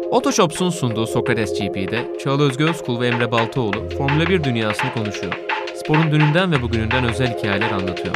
Otoshops'un sunduğu Sokrates GP'de Çağla Özge Özkul ve Emre Baltaoğlu Formula 1 dünyasını konuşuyor. Sporun dününden ve bugününden özel hikayeler anlatıyor.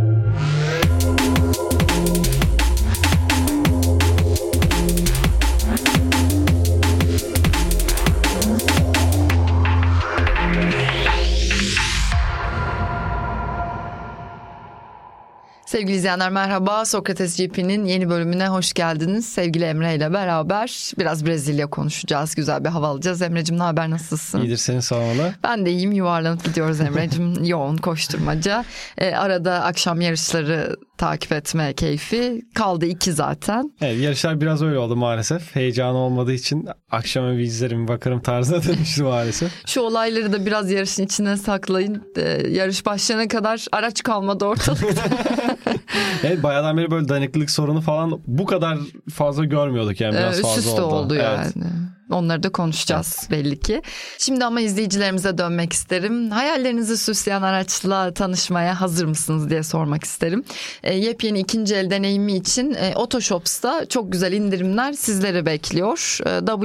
Sevgili izleyenler merhaba. Sokrates GP'nin yeni bölümüne hoş geldiniz. Sevgili Emre ile beraber biraz Brezilya konuşacağız. Güzel bir hava alacağız. Emre'cim ne haber, nasılsın? İyidir, seni sormalı. Ben de iyiyim, yuvarlanıp gidiyoruz Emre'cim. Yoğun koşturmaca. Arada akşam yarışları takip etme keyfi. Kaldı 2 zaten. Evet, yarışlar biraz öyle oldu maalesef. Heyecan olmadığı için akşama bir izlerim bakarım tarzına dönüştü maalesef. Şu olayları da biraz yarışın içine saklayın. Yarış başlayana kadar araç kalmadı ortalıkta. Evet, bayağıdan beri böyle dayanıklılık sorunu falan bu kadar fazla görmüyorduk yani, biraz fazla oldu. Üst üste oldu yani. Evet. Onları da konuşacağız belli ki. Şimdi ama izleyicilerimize dönmek isterim. Hayallerinizi süsleyen araçla tanışmaya hazır mısınız diye sormak isterim. Yepyeni ikinci el deneyimi için Otoshops'ta çok güzel indirimler sizleri bekliyor.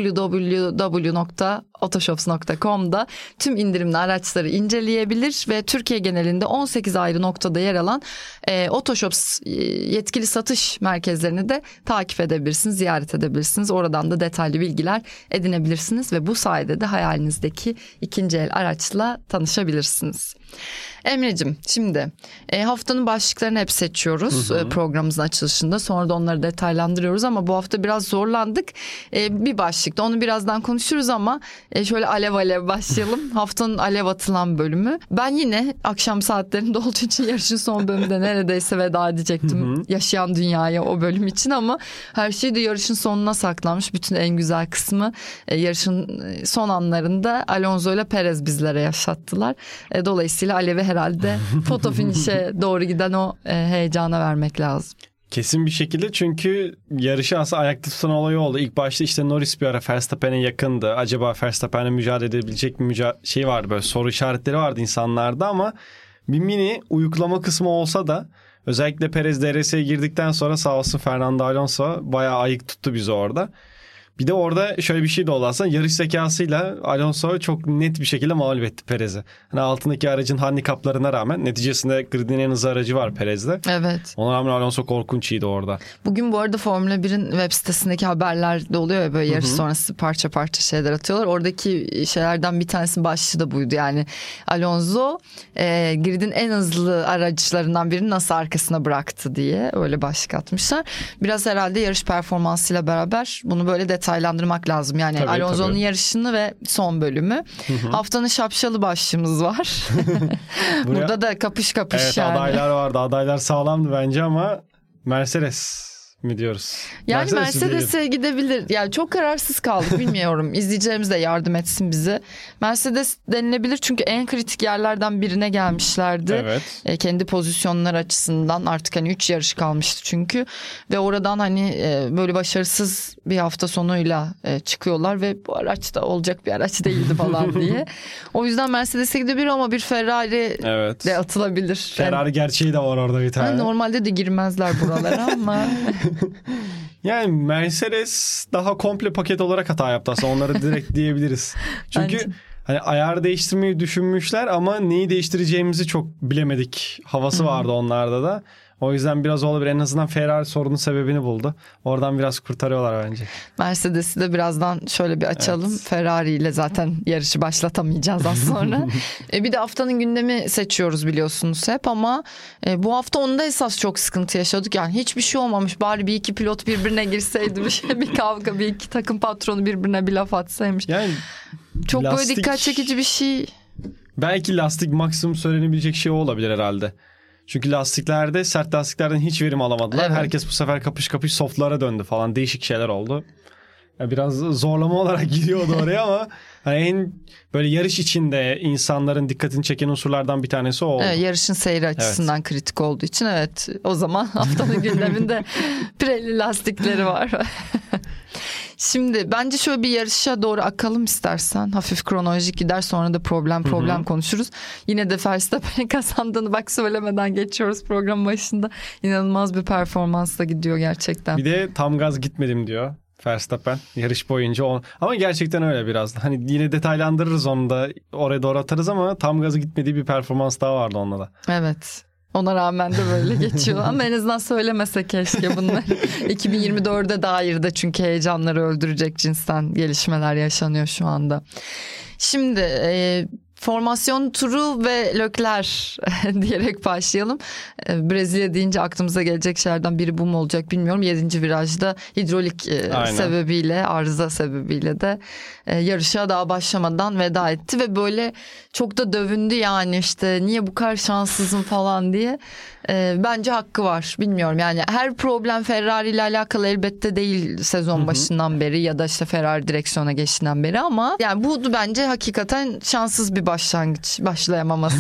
www.otoshops.com'da tüm indirimli araçları inceleyebilir ve Türkiye genelinde 18 ayrı noktada yer alan Otoshops yetkili satış merkezlerini de takip edebilirsiniz, ziyaret edebilirsiniz. Oradan da detaylı bilgiler edinebilirsiniz ve bu sayede de hayalinizdeki ikinci el araçla tanışabilirsiniz. Emre'cim, şimdi haftanın başlıklarını hep seçiyoruz programımızın açılışında. Sonra da onları detaylandırıyoruz ama bu hafta biraz zorlandık. Bir başlıkta onu birazdan konuşuruz ama şöyle alev alev başlayalım. Haftanın alev atılan bölümü. Ben yine akşam saatlerinde olduğu için yarışın son bölümünde neredeyse veda edecektim yaşayan dünyaya o bölüm için ama her şey de yarışın sonuna saklanmış. Bütün en güzel kısmı yarışın son anlarında Alonso ile Perez bizlere yaşattılar. Dolayısıyla alevi herhalde foto finish'e doğru giden o heyecana vermek lazım. Kesin bir şekilde, çünkü yarışı aslında ayakta tutan olayı oldu. İlk başta işte Norris bir ara Verstappen'e yakındı. Acaba Verstappen'le mücadele edebilecek mi şey vardı, böyle soru işaretleri vardı insanlarda ama bir mini uyuklama kısmı olsa da özellikle Perez DRS'ye girdikten sonra sağ olsun Fernando Alonso bayağı ayık tuttu bizi orada. Bir de orada şöyle bir şey de oldu aslında. Yarış zekasıyla Alonso çok net bir şekilde mağlup etti Perez'i. Hani altındaki aracın handikaplarına rağmen neticesinde gridin en hızlı aracı var Perez'de. Evet. Ona rağmen Alonso korkunç iyiydi orada. Bugün bu arada Formula 1'in web sitesindeki haberler de oluyor ya, böyle yarış sonrası parça parça şeyler atıyorlar. Oradaki şeylerden bir tanesi başlığı da buydu. Yani Alonso gridin en hızlı araçlarından birini nasıl arkasına bıraktı diye öyle başlık atmışlar. Biraz herhalde yarış performansıyla beraber bunu böyle detaylandırmak lazım. Yani Alonso'nun yarışını ve son bölümü. Haftanın şapşalı başlığımız var. Burada da kapış kapış evet, yani. Adaylar vardı. Adaylar sağlamdı bence ama Mercedes mi diyoruz? Yani Mercedes'e gidebilir. Yani çok kararsız kaldık, bilmiyorum. İzleyicilerimiz de yardım etsin bize. Mercedes denilebilir çünkü en kritik yerlerden birine gelmişlerdi. Evet. Kendi pozisyonları açısından artık hani 3 yarış kalmıştı çünkü. Ve oradan hani böyle başarısız bir hafta sonuyla çıkıyorlar ve bu araç da olacak bir araç değildi falan diye. O yüzden Mercedes'e gidebilir ama bir Ferrari de atılabilir. Ferrari gerçeği de var orada bir tane. Yani normalde de girmezler buralara ama... Yani Mercedes daha komple paket olarak hata yaptı aslında. Onları direkt diyebiliriz. Çünkü hani ayar değiştirmeyi düşünmüşler ama neyi değiştireceğimizi çok bilemedik havası vardı onlarda da. O yüzden biraz olabilir. En azından Ferrari sorunun sebebini buldu. Oradan biraz kurtarıyorlar bence. Mercedes'i de birazdan şöyle bir açalım. Evet. Ferrari ile zaten yarışı başlatamayacağız az sonra. Bir de haftanın gündemi seçiyoruz biliyorsunuz hep ama bu hafta onda esas çok sıkıntı yaşadık. Yani hiçbir şey olmamış. Bari bir iki pilot birbirine girseydi, bir kavga, bir iki takım patronu birbirine bir laf atsaymış. Yani çok böyle dikkat çekici bir şey. Belki lastik maksimum söylenebilecek şey olabilir herhalde. Çünkü lastiklerde, sert lastiklerden hiç verim alamadılar. Evet. Herkes bu sefer kapış kapış softlara döndü falan. Değişik şeyler oldu. Yani biraz zorlama olarak gidiyordu oraya ama hani en böyle yarış içinde insanların dikkatini çeken unsurlardan bir tanesi o oldu. Evet, yarışın seyri açısından kritik olduğu için evet. O zaman haftanın gündeminde Pirelli lastikleri var. Şimdi bence şöyle bir yarışa doğru akalım istersen. Hafif kronolojik gider, sonra da problem konuşuruz. Yine de Verstappen'in kazandığını bak söylemeden geçiyoruz programın başında. İnanılmaz bir performansla gidiyor gerçekten. Bir de tam gaz gitmedim diyor. Verstappen yarış boyunca ama gerçekten öyle biraz. Hani yine detaylandırırız onu da, oraya doğru atarız ama tam gazı gitmediği bir performans daha vardı onunla da. Evet. Ona rağmen de böyle geçiyor ama en azından söylemese keşke bunları. 2024'e dair de çünkü heyecanları öldürecek cinsten gelişmeler yaşanıyor şu anda. Şimdi formasyon turu ve Leclerc diyerek başlayalım. Brezilya deyince aklımıza gelecek şeylerden biri bu mu olacak bilmiyorum. 7. virajda hidrolik sebebiyle, arıza sebebiyle de yarışa daha başlamadan veda etti ve böyle çok da dövündü yani, işte niye bu kadar şanssızım falan diye. Bence hakkı var, bilmiyorum yani her problem Ferrari ile alakalı elbette değil sezon başından beri ya da işte Ferrari direksiyona geçtiğinden beri, ama yani bu bence hakikaten şanssız bir başlangıç, başlayamaması.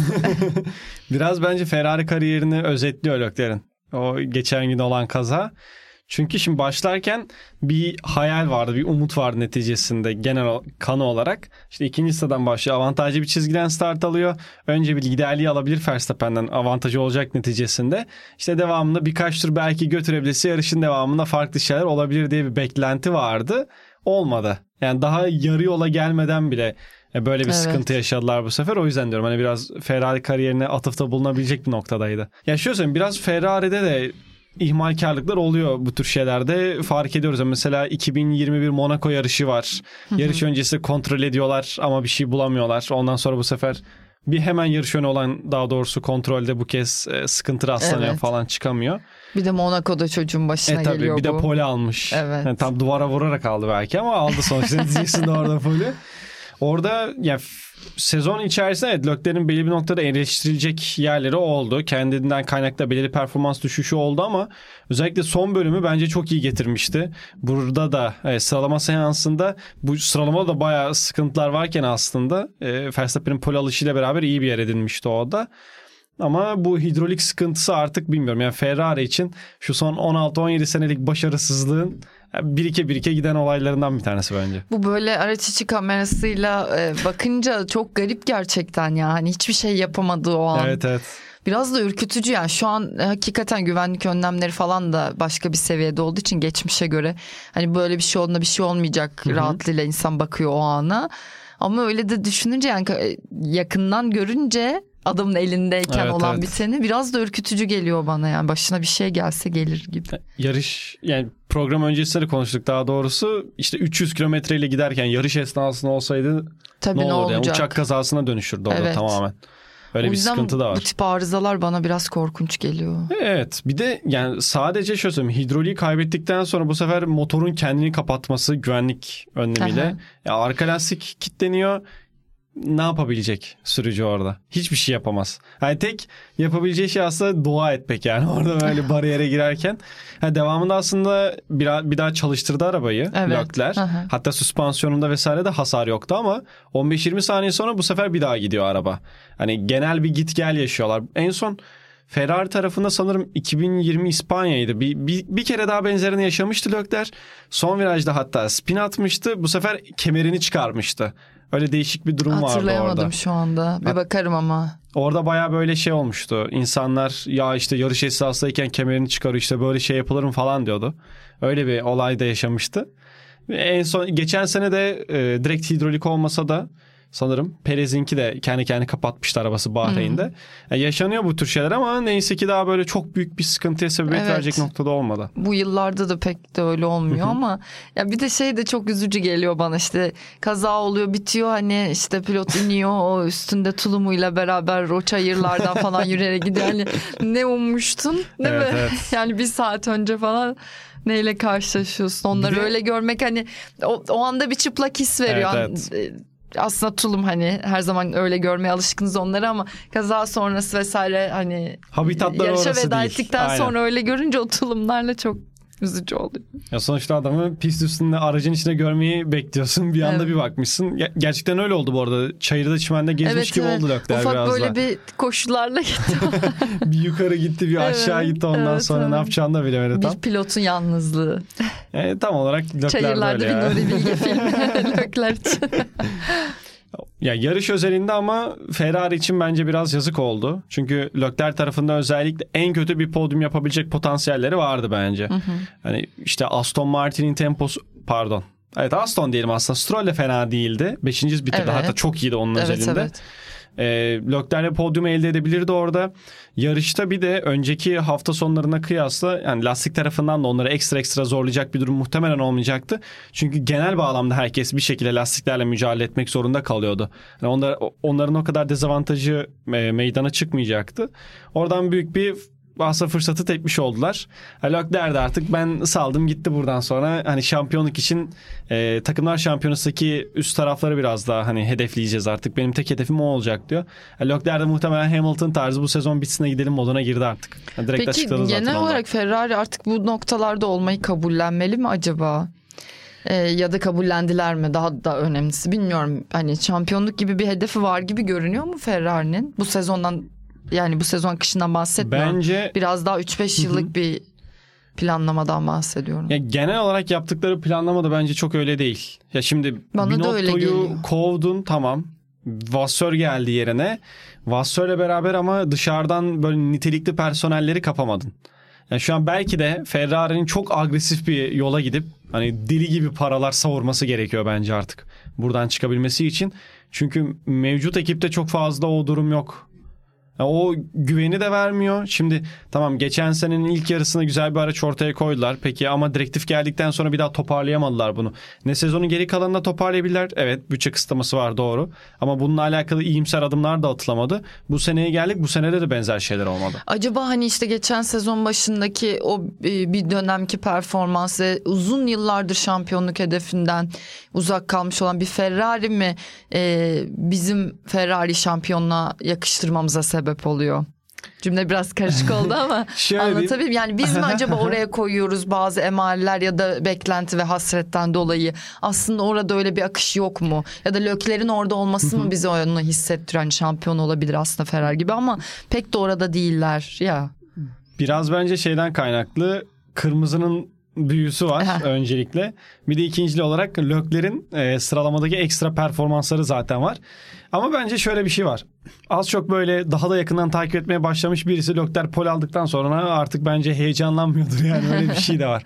Biraz bence Ferrari kariyerini özetliyor Leclerc'in o geçen gün olan kaza. Çünkü şimdi başlarken bir hayal vardı, bir umut vardı neticesinde genel kanı olarak. İşte ikinci sıradan başlıyor. Avantajlı bir çizgiden start alıyor. Önce bir liderliği alabilir Verstappen'den, avantajı olacak neticesinde. İşte devamında birkaç tur belki götürebilirse yarışın devamında farklı şeyler olabilir diye bir beklenti vardı. Olmadı. Yani daha yarı yola gelmeden bile böyle bir sıkıntı yaşadılar bu sefer. O yüzden diyorum hani biraz Ferrari kariyerine atıfta bulunabilecek bir noktadaydı. Ya şöyle söyleyeyim, biraz Ferrari'de de ihmalkarlıklar oluyor bu tür şeylerde, fark ediyoruz. Mesela 2021 Monaco yarışı var. Yarış öncesi kontrol ediyorlar ama bir şey bulamıyorlar. Ondan sonra bu sefer bir hemen yarış önü olan, daha doğrusu kontrolde bu kez sıkıntı rastlanıyor falan, çıkamıyor. Bir de Monaco'da çocuğun başına tabii, geliyor bu. Bir de pole almış. Evet. Yani tam duvara vurarak aldı belki ama aldı sonuçta neticesinde orada pole. Orada yani sezon içerisinde Leclerc'in belli bir noktada eleştirilecek yerleri oldu. Kendinden kaynaklı belirli performans düşüşü oldu ama özellikle son bölümü bence çok iyi getirmişti. Burada da sıralama seansında, bu sıralamada da bayağı sıkıntılar varken aslında Verstappen'in pole alışıyla beraber iyi bir yer edinmişti o da. Ama bu hidrolik sıkıntısı artık bilmiyorum. Yani Ferrari için şu son 16-17 senelik başarısızlığın birike giden olaylarından bir tanesi bence. Bu böyle araç içi kamerasıyla bakınca çok garip gerçekten ya. Hani hiçbir şey yapamadığı o an. Evet. Biraz da ürkütücü yani. Şu an hakikaten güvenlik önlemleri falan da başka bir seviyede olduğu için geçmişe göre hani böyle bir şey olduğunda bir şey olmayacak rahatlığıyla insan bakıyor o ana. Ama öyle de düşününce yani yakından görünce adamın elindeyken olan biteni biraz da ürkütücü geliyor bana, yani başına bir şey gelse gelir gibi. Yarış, yani program öncesinde konuştuk daha doğrusu, işte 300 kilometreyle giderken yarış esnasında olsaydı tabii ne olurdu? olacak? Yani uçak kazasına dönüşürdü orada tamamen. Öyle bir sıkıntı da var. Bu tip arızalar bana biraz korkunç geliyor. Evet, bir de yani sadece şöyle söyleyeyim, hidroliği kaybettikten sonra bu sefer motorun kendini kapatması güvenlik önlemiyle. Ya arka lastik kilitleniyor. Ne yapabilecek sürücü orada? Hiçbir şey yapamaz. Yani tek yapabileceği şey aslında dua etmek yani orada böyle bariyere girerken. Devamında aslında bir daha çalıştırdı arabayı Leclerc. Hatta süspansiyonunda vesaire de hasar yoktu ama 15-20 saniye sonra bu sefer bir daha gidiyor araba. Hani genel bir git gel yaşıyorlar. En son Ferrari tarafında sanırım 2020 İspanya'ydı. Bir kere daha benzerini yaşamıştı Leclerc. Son virajda hatta spin atmıştı. Bu sefer kemerini çıkarmıştı. Öyle değişik bir durum vardı orada. Hatırlayamadım şu anda. Bir bakarım ama. Orada bayağı böyle şey olmuştu. İnsanlar ya işte yarış esnasındayken kemerini çıkarıyor, işte böyle şey yapılır mı falan diyordu. Öyle bir olay da yaşamıştı. En son geçen sene de direkt hidrolik olmasa da sanırım Perez'inki de kendi kapatmıştı arabası Bahreyn'de. Yani yaşanıyor bu tür şeyler ama neyse ki daha böyle çok büyük bir sıkıntıya sebebiyet verecek noktada olmadı. Bu yıllarda da pek de öyle olmuyor ama ya bir de şey de çok üzücü geliyor bana, işte kaza oluyor bitiyor, hani işte pilot iniyor o üstünde tulumuyla beraber o çayırlardan falan yürüyerek gidiyor. Yani ne ummuştun değil mi? Evet. Yani bir saat önce falan neyle karşılaşıyorsun, onları öyle görmek hani o anda bir çıplak his veriyor. Evet. Aslında tulum, hani her zaman öyle görmeye alışkınız onları ama kaza sonrası vesaire hani yarışa veda ettikten sonra öyle görünce o tulumlarla çok üzücü oluyor. Ya sonuçta adamı pist üstünde aracın içine görmeyi bekliyorsun, bir anda bir bakmışsın. Gerçekten öyle oldu bu arada. Çayırda çimende gezmiş gibi oldu Leclerc biraz da. Ufak böyle bir koşularla gitti. Bir yukarı gitti, bir aşağı gitti, ondan sonra ne yapacağını da bilemedi tam. Bir pilotun yalnızlığı. Tam olarak Leclerc Çayırlarda bir Nuri Bilge filmi Leclerc için. Ya yarış özelinde ama Ferrari için bence biraz yazık oldu. Çünkü Leclerc tarafında özellikle en kötü bir podyum yapabilecek potansiyelleri vardı bence. Hani işte Aston Martin'in pardon. Evet, Aston diyelim aslında. Stroll de fena değildi. 5. bitirdi. Evet. Hatta çok iyiydi onun özelinde. Evet. Leclerc podyumu elde edebilirdi orada. Yarışta bir de önceki hafta sonlarına kıyasla yani lastik tarafından da onları ekstra zorlayacak bir durum muhtemelen olmayacaktı. Çünkü genel bağlamda herkes bir şekilde lastiklerle mücadele etmek zorunda kalıyordu. Yani onların o kadar dezavantajı meydana çıkmayacaktı. Oradan büyük bir aslında fırsatı tepmiş oldular. Leclerc de artık ben saldım gitti buradan sonra. Hani şampiyonluk için takımlar şampiyonasındaki üst tarafları biraz daha hani hedefleyeceğiz artık. Benim tek hedefim o olacak diyor. Leclerc de muhtemelen Hamilton tarzı bu sezon bitsin gidelim moduna girdi artık. Yani direkt peki genel olarak Ferrari artık bu noktalarda olmayı kabullenmeli mi acaba? Ya da kabullendiler mi? Daha da önemlisi bilmiyorum. Hani şampiyonluk gibi bir hedefi var gibi görünüyor mu Ferrari'nin? Bu sezondan, yani bu sezon kışından bahsetmiyorum. Bence biraz daha 3-5 yıllık bir planlamadan bahsediyorum. Ya genel olarak yaptıkları planlama da bence çok öyle değil. Ya şimdi Binotto'yu kovdun, tamam. Vasseur geldi yerine. Vasseur'le beraber ama dışarıdan böyle nitelikli personelleri kapamadın. Yani şu an belki de Ferrari'nin çok agresif bir yola gidip hani deli gibi paralar savurması gerekiyor bence artık. Buradan çıkabilmesi için. Çünkü mevcut ekipte çok fazla o durum yok. O güveni de vermiyor. Şimdi tamam, geçen senenin ilk yarısında güzel bir araç ortaya koydular. Peki ama direktif geldikten sonra bir daha toparlayamadılar bunu. Ne sezonun geri kalanında toparlayabilirler. Evet, bütçe kısıtlaması var, doğru. Ama bununla alakalı iyimser adımlar da atılamadı. Bu seneye geldik. Bu senede de benzer şeyler olmadı. Acaba hani işte geçen sezon başındaki o bir dönemki performans ve uzun yıllardır şampiyonluk hedefinden uzak kalmış olan bir Ferrari mi bizim Ferrari şampiyonluğa yakıştırmamıza sebep oluyor? Cümle biraz karışık oldu ama anlatabilirim. Yani biz mi acaba oraya koyuyoruz bazı emareler ya da beklenti ve hasretten dolayı? Aslında orada öyle bir akış yok mu? Ya da Leclerc'in orada olması mı bize onu hissettiriyor? Yani şampiyon olabilir aslında Ferrari gibi ama pek de orada değiller ya. Biraz bence şeyden kaynaklı, kırmızının büyüsü var öncelikle. Bir de ikincili olarak Leclerc'in sıralamadaki ekstra performansları zaten var. Ama bence şöyle bir şey var. Az çok böyle daha da yakından takip etmeye başlamış birisi Leclerc pole aldıktan sonra artık bence heyecanlanmıyordur, yani öyle bir şey de var.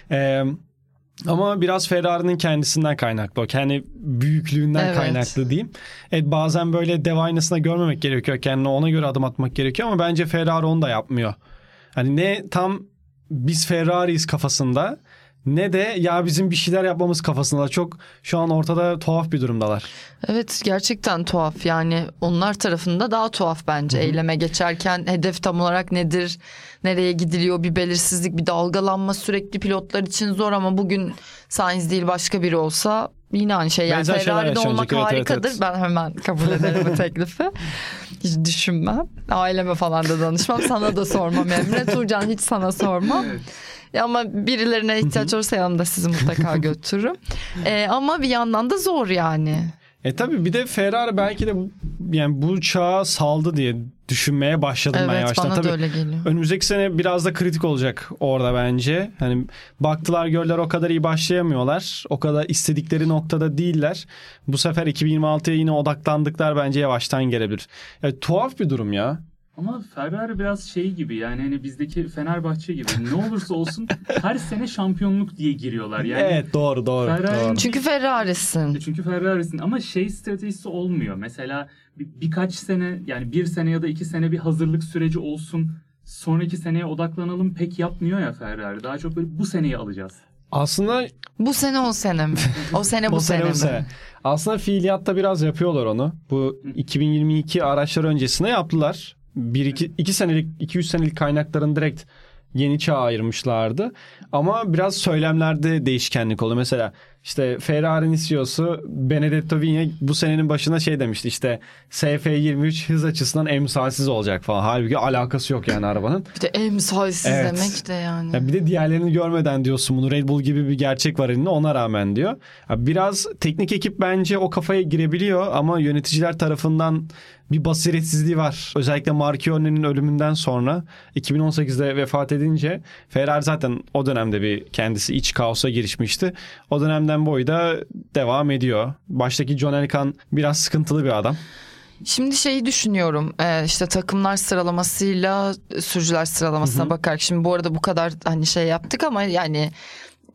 Ama biraz Ferrari'nin kendisinden kaynaklı, o kendi büyüklüğünden kaynaklı diyeyim. Evet, bazen böyle dev aynasına görmemek gerekiyor, kendine ona göre adım atmak gerekiyor ama bence Ferrari onu da yapmıyor. Hani ne tam biz Ferrari'yiz kafasında, ne de ya bizim bir şeyler yapmamız kafasında. Çok şu an ortada tuhaf bir durumdalar. Evet, gerçekten tuhaf. Yani onlar tarafında daha tuhaf bence. Eyleme geçerken hedef tam olarak nedir, nereye gidiliyor, bir belirsizlik, bir dalgalanma sürekli pilotlar için zor ama bugün Sainz değil başka biri olsa yine aynı şey. Yani Ferrari'de olmak harikadır. Evet. Ben hemen kabul ederim bu teklifi. Hiç düşünmem. Aileme falan da danışmam. Sana da sormam Emre. Turcan, hiç sana sormam. Evet. Ama birilerine ihtiyaç olursa yanımda sizi mutlaka götürürüm. Ama bir yandan da zor yani. Tabii bir de Ferrari belki de yani bu çağa saldı diye düşünmeye başladım ben yavaştan. Evet, bana tabii da öyle geliyor. Önümüzdeki sene biraz da kritik olacak orada bence. Hani baktılar gördüler o kadar iyi başlayamıyorlar. O kadar istedikleri noktada değiller. Bu sefer 2026'ya yine odaklandıklar, bence yavaştan gelebilir. Tuhaf bir durum ya. Ama Ferrari biraz şey gibi, yani hani bizdeki Fenerbahçe gibi, ne olursa olsun her sene şampiyonluk diye giriyorlar. Yani evet, doğru. Çünkü Ferrari'sin ama şey stratejisi olmuyor. Mesela birkaç sene, yani bir sene ya da 2 sene bir hazırlık süreci olsun, sonraki seneye odaklanalım pek yapmıyor ya Ferrari. Daha çok böyle bu seneyi alacağız. Aslında bu sene o sene mi? O sene bu sene mi? Aslında fiiliyatta biraz yapıyorlar onu. Bu 2022 araçlar öncesine yaptılar. 2-3 senelik kaynakların direkt yeni çağa ayırmışlardı. Ama biraz söylemlerde değişkenlik oldu. Mesela işte Ferrari'nin CEO'su Benedetto Vigna bu senenin başına şey demişti, işte SF23 hız açısından emsalsiz olacak falan. Halbuki alakası yok yani arabanın. Bir de emsalsiz demek de yani. Ya bir de diğerlerini görmeden diyorsun bunu. Red Bull gibi bir gerçek var elinde, ona rağmen diyor. Ya biraz teknik ekip bence o kafaya girebiliyor ama yöneticiler tarafından bir basiretsizliği var. Özellikle Marchione'nin ölümünden sonra 2018'de vefat edince Ferrari zaten o dönemde bir kendisi iç kaosa girişmişti. O dönemden boyu da devam ediyor. Baştaki John Elkann biraz sıkıntılı bir adam. Şimdi şeyi düşünüyorum, işte takımlar sıralamasıyla sürücüler sıralamasına bakarak, şimdi bu arada bu kadar hani şey yaptık ama yani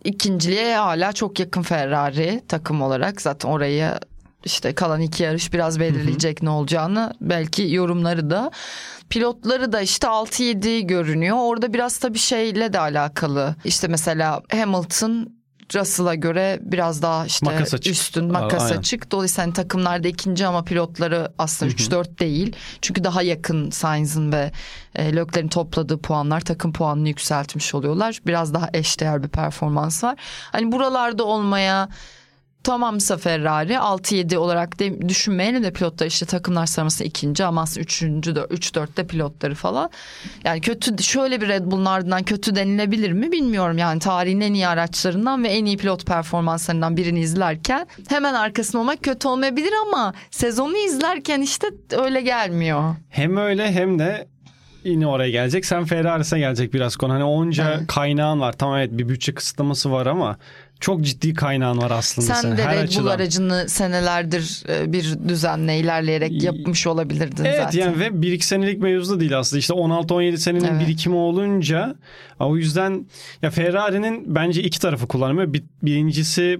ikinciliğe hala çok yakın Ferrari takım olarak. Zaten orayı işte kalan 2 yarış biraz belirleyecek ne olacağını. Belki yorumları da. Pilotları da işte 6-7 görünüyor. Orada biraz tabii şeyle de alakalı. İşte mesela Hamilton Russell'a göre biraz daha işte üstün, makas açık. Dolayısıyla takımlarda ikinci ama pilotları aslında 3-4 değil. Çünkü daha yakın Sainz'ın ve Leclerc'in topladığı puanlar takım puanını yükseltmiş oluyorlar. Biraz daha eşdeğer bir performans var. Hani buralarda olmaya tamamsa Ferrari 6-7 olarak düşünmeyelim de pilotlar işte takımlar sıralamasında ikinci ama 3-4'te pilotları falan. Yani kötü, şöyle bir Red Bull'un ardından kötü denilebilir mi bilmiyorum. Yani tarihin en iyi araçlarından ve en iyi pilot performanslarından birini izlerken hemen arkasında olmak kötü olmayabilir ama sezonu izlerken işte öyle gelmiyor. Hem öyle hem de yine oraya gelecek. Sen Ferrari'se gelecek biraz konu. Hani onca kaynağın var. Tamam, evet, bir bütçe kısıtlaması var ama çok ciddi kaynağın var aslında. Sen de Red Bull aracını senelerdir bir düzenle ilerleyerek yapmış olabilirdin evet, zaten. Evet, yani ve 1-2 senelik mevzu da değil aslında. İşte 16-17 senenin birikimi olunca o yüzden ya Ferrari'nin bence iki tarafı kullanmıyor. Birincisi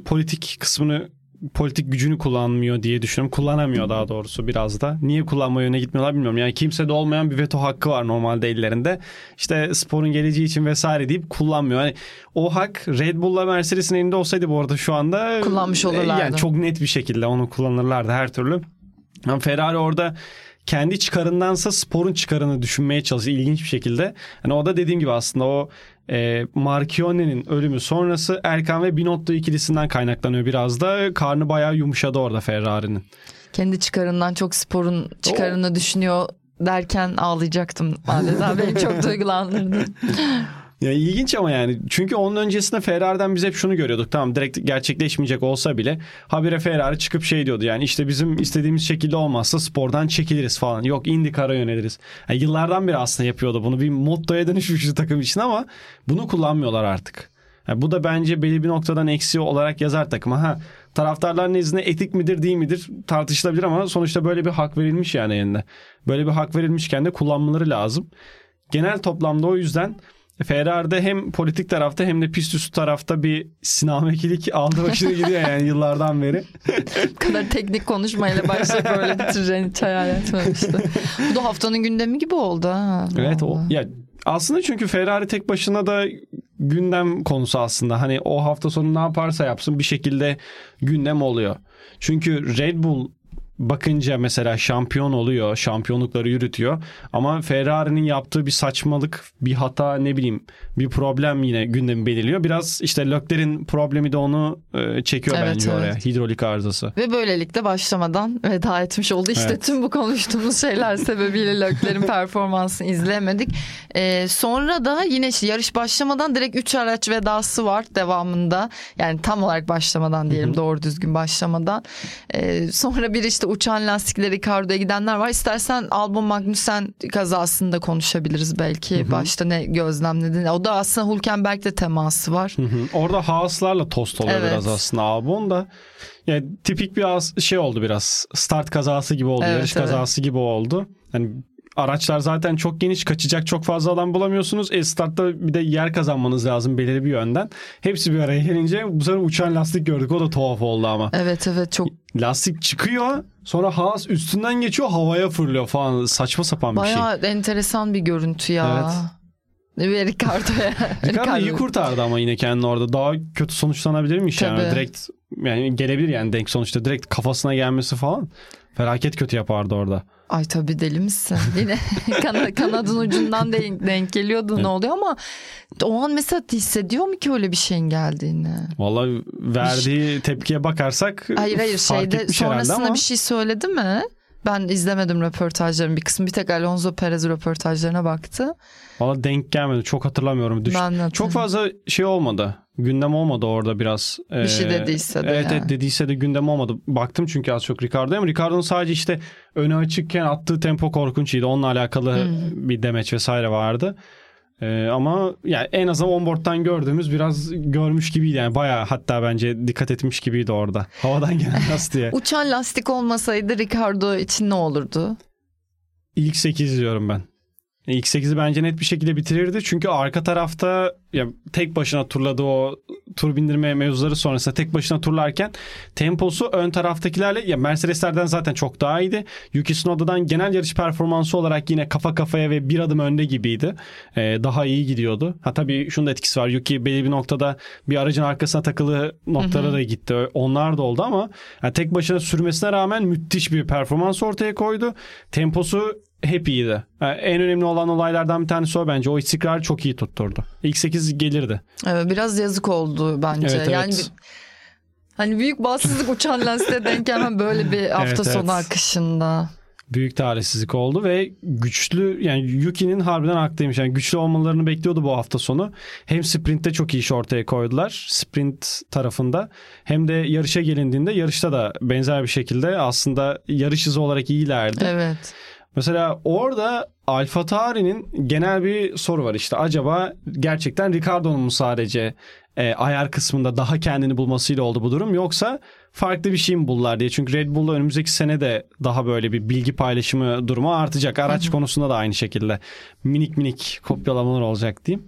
politik gücünü kullanmıyor diye düşünüyorum. Kullanamıyor daha doğrusu biraz da. Niye kullanma yönüne gitmiyorlar bilmiyorum. Yani kimsede olmayan bir veto hakkı var normalde ellerinde. İşte sporun geleceği için vesaire deyip kullanmıyor. Yani o hak Red Bull'la Mercedes'in elinde olsaydı bu arada şu anda kullanmış olurlardı. Yani çok net bir şekilde onu kullanırlardı her türlü. Ama Ferrari orada kendi çıkarındansa sporun çıkarını düşünmeye çalışıyor ilginç bir şekilde. Yani o da dediğim gibi aslında o Marchione'nin ölümü sonrası Erkan ve Binotto ikilisinden kaynaklanıyor biraz da. Karnı bayağı yumuşadı orada Ferrari'nin. Kendi çıkarından çok sporun çıkarını düşünüyor derken ağlayacaktım adeta. Beni çok duygulandırdı. Ya ilginç ama yani çünkü onun öncesinde Ferrari'den biz hep şunu görüyorduk, tamam direkt gerçekleşmeyecek olsa bile habire Ferrari çıkıp şey diyordu, yani işte bizim istediğimiz şekilde olmazsa spordan çekiliriz falan, yok IndyCar'a yöneliriz. Yani yıllardan beri aslında yapıyordu bunu, bir mottoya dönüşmüştü takım için ama bunu kullanmıyorlar artık. Yani bu da bence belli bir noktadan eksi olarak yazar takıma. Taraftarların nezdinde etik midir değil midir tartışılabilir ama sonuçta böyle bir hak verilmiş yani elinde. Böyle bir hak verilmişken de kullanmaları lazım. Genel toplamda o yüzden Ferrari'de hem politik tarafta hem de pist üstü tarafta bir sinamekilik aldı başına gidiyor yani yıllardan beri. Bu kadar teknik konuşmayla başlayıp böyle bitireceğini hiç hayal etmemiştim. Bu da haftanın gündemi gibi oldu ha. Evet o ya aslında çünkü Ferrari tek başına da gündem konusu aslında. Hani o hafta sonu ne yaparsa yapsın bir şekilde gündem oluyor. Çünkü Red Bull bakınca mesela şampiyon oluyor, şampiyonlukları yürütüyor ama Ferrari'nin yaptığı bir saçmalık, bir hata, ne bileyim bir problem yine gündemi belirliyor. Biraz işte Leclerc'in problemi de onu çekiyor bence oraya, hidrolik arızası. Ve böylelikle başlamadan veda etmiş oldu. İşte tüm bu konuştuğumuz şeyler sebebiyle Leclerc'in performansını izleyemedik. Sonra da yine işte yarış başlamadan direkt 3 araç vedası var devamında. Yani tam olarak başlamadan diyelim, doğru düzgün başlamadan. Sonra bir işte uçan lastikleri Ricardo'ya gidenler var. İstersen Albon Magnussen kazasında konuşabiliriz belki. Başta ne gözlemledin? O da aslında Hülkenberg'le teması var. Orada Haas'larla tost oluyor biraz aslında Albon da. Yani tipik bir şey oldu biraz. Start kazası gibi oldu. Yarış kazası gibi oldu. Hani araçlar zaten çok geniş, kaçacak çok fazla alan bulamıyorsunuz. Startta bir de yer kazanmanız lazım belirli bir yönden. Hepsi bir araya gelince bu sefer uçan lastik gördük. O da tuhaf oldu ama. Evet çok. Lastik çıkıyor, sonra Haas üstünden geçiyor, havaya fırlıyor falan, saçma sapan bir şey. Bayağı enteresan bir görüntü ya. Evet. Ve Ricardo iyi kurtardı ama yine kendini orada. Daha kötü sonuçlanabilirmiş yani. Direkt yani gelebilir yani denk sonuçta. Direkt kafasına gelmesi falan. Felaket kötü yapardı orada. Ay tabii, deli misin? Yine kanadın ucundan denk geliyordu ne oluyor ama o an mesela hissediyor mu ki öyle bir şeyin geldiğini? Vallahi verdiği tepkiye bakarsak hayır şeyde sonrasında ama bir şey söyledi mi? Ben izlemedim röportajların bir kısmı. Bir tek Alonso Perez röportajlarına baktı. Valla denk gelmedi. Çok hatırlamıyorum. Çok fazla şey olmadı. Gündem olmadı orada biraz. Bir şey dediyse de. Evet dediyse de gündem olmadı. Baktım çünkü az çok Ricardo'ya ama Ricardo'nun sadece işte öne açıkken attığı tempo korkunçydı. Onunla alakalı bir demeç vesaire vardı. Ama yani en azından onboard'dan gördüğümüz biraz görmüş gibiydi yani, bayağı hatta bence dikkat etmiş gibiydi orada havadan gelen lastiğe. Uçan lastik olmasaydı Ricardo için ne olurdu? İlk 8 diyorum ben. X8'i bence net bir şekilde bitirirdi. Çünkü arka tarafta ya tek başına turladığı o tur bindirme mevzuları sonrasında tek başına turlarken temposu ön taraftakilerle ya Mercedeslerden zaten çok daha iyiydi. Yuki Tsunoda'dan genel yarış performansı olarak yine kafa kafaya ve bir adım önde gibiydi. Daha iyi gidiyordu. Ha tabii şunun da etkisi var. Yuki belli bir noktada bir aracın arkasına takılı noktalara da gitti. Onlar da oldu ama yani tek başına sürmesine rağmen müthiş bir performans ortaya koydu. Temposu hep iyiydi. Yani en önemli olan olaylardan bir tanesi o bence. O istikrarı çok iyi tutturdu. X8 gelirdi. Evet, biraz yazık oldu bence. Evet, yani evet. Hani büyük bahtsızlık uçan lastiğe denk gelmem böyle bir hafta Evet, sonu evet. akışında. Büyük talihsizlik oldu ve güçlü yani Yuki'nin harbiden haklıymış. Yani güçlü olmalarını bekliyordu bu hafta sonu. Hem sprintte çok iyi iş ortaya koydular. Sprint tarafında. Hem de yarışa gelindiğinde yarışta da benzer bir şekilde aslında yarış hızı olarak iyilerdi. Evet. Mesela orada AlphaTauri'nin genel bir soru var işte. Acaba gerçekten Ricciardo'nun mu sadece ayar kısmında daha kendini bulmasıyla oldu bu durum, yoksa farklı bir şey mi buldular diye. Çünkü Red Bull'la önümüzdeki sene de daha böyle bir bilgi paylaşımı durumu artacak. Araç konusunda da aynı şekilde minik kopyalamalar olacak diyeyim.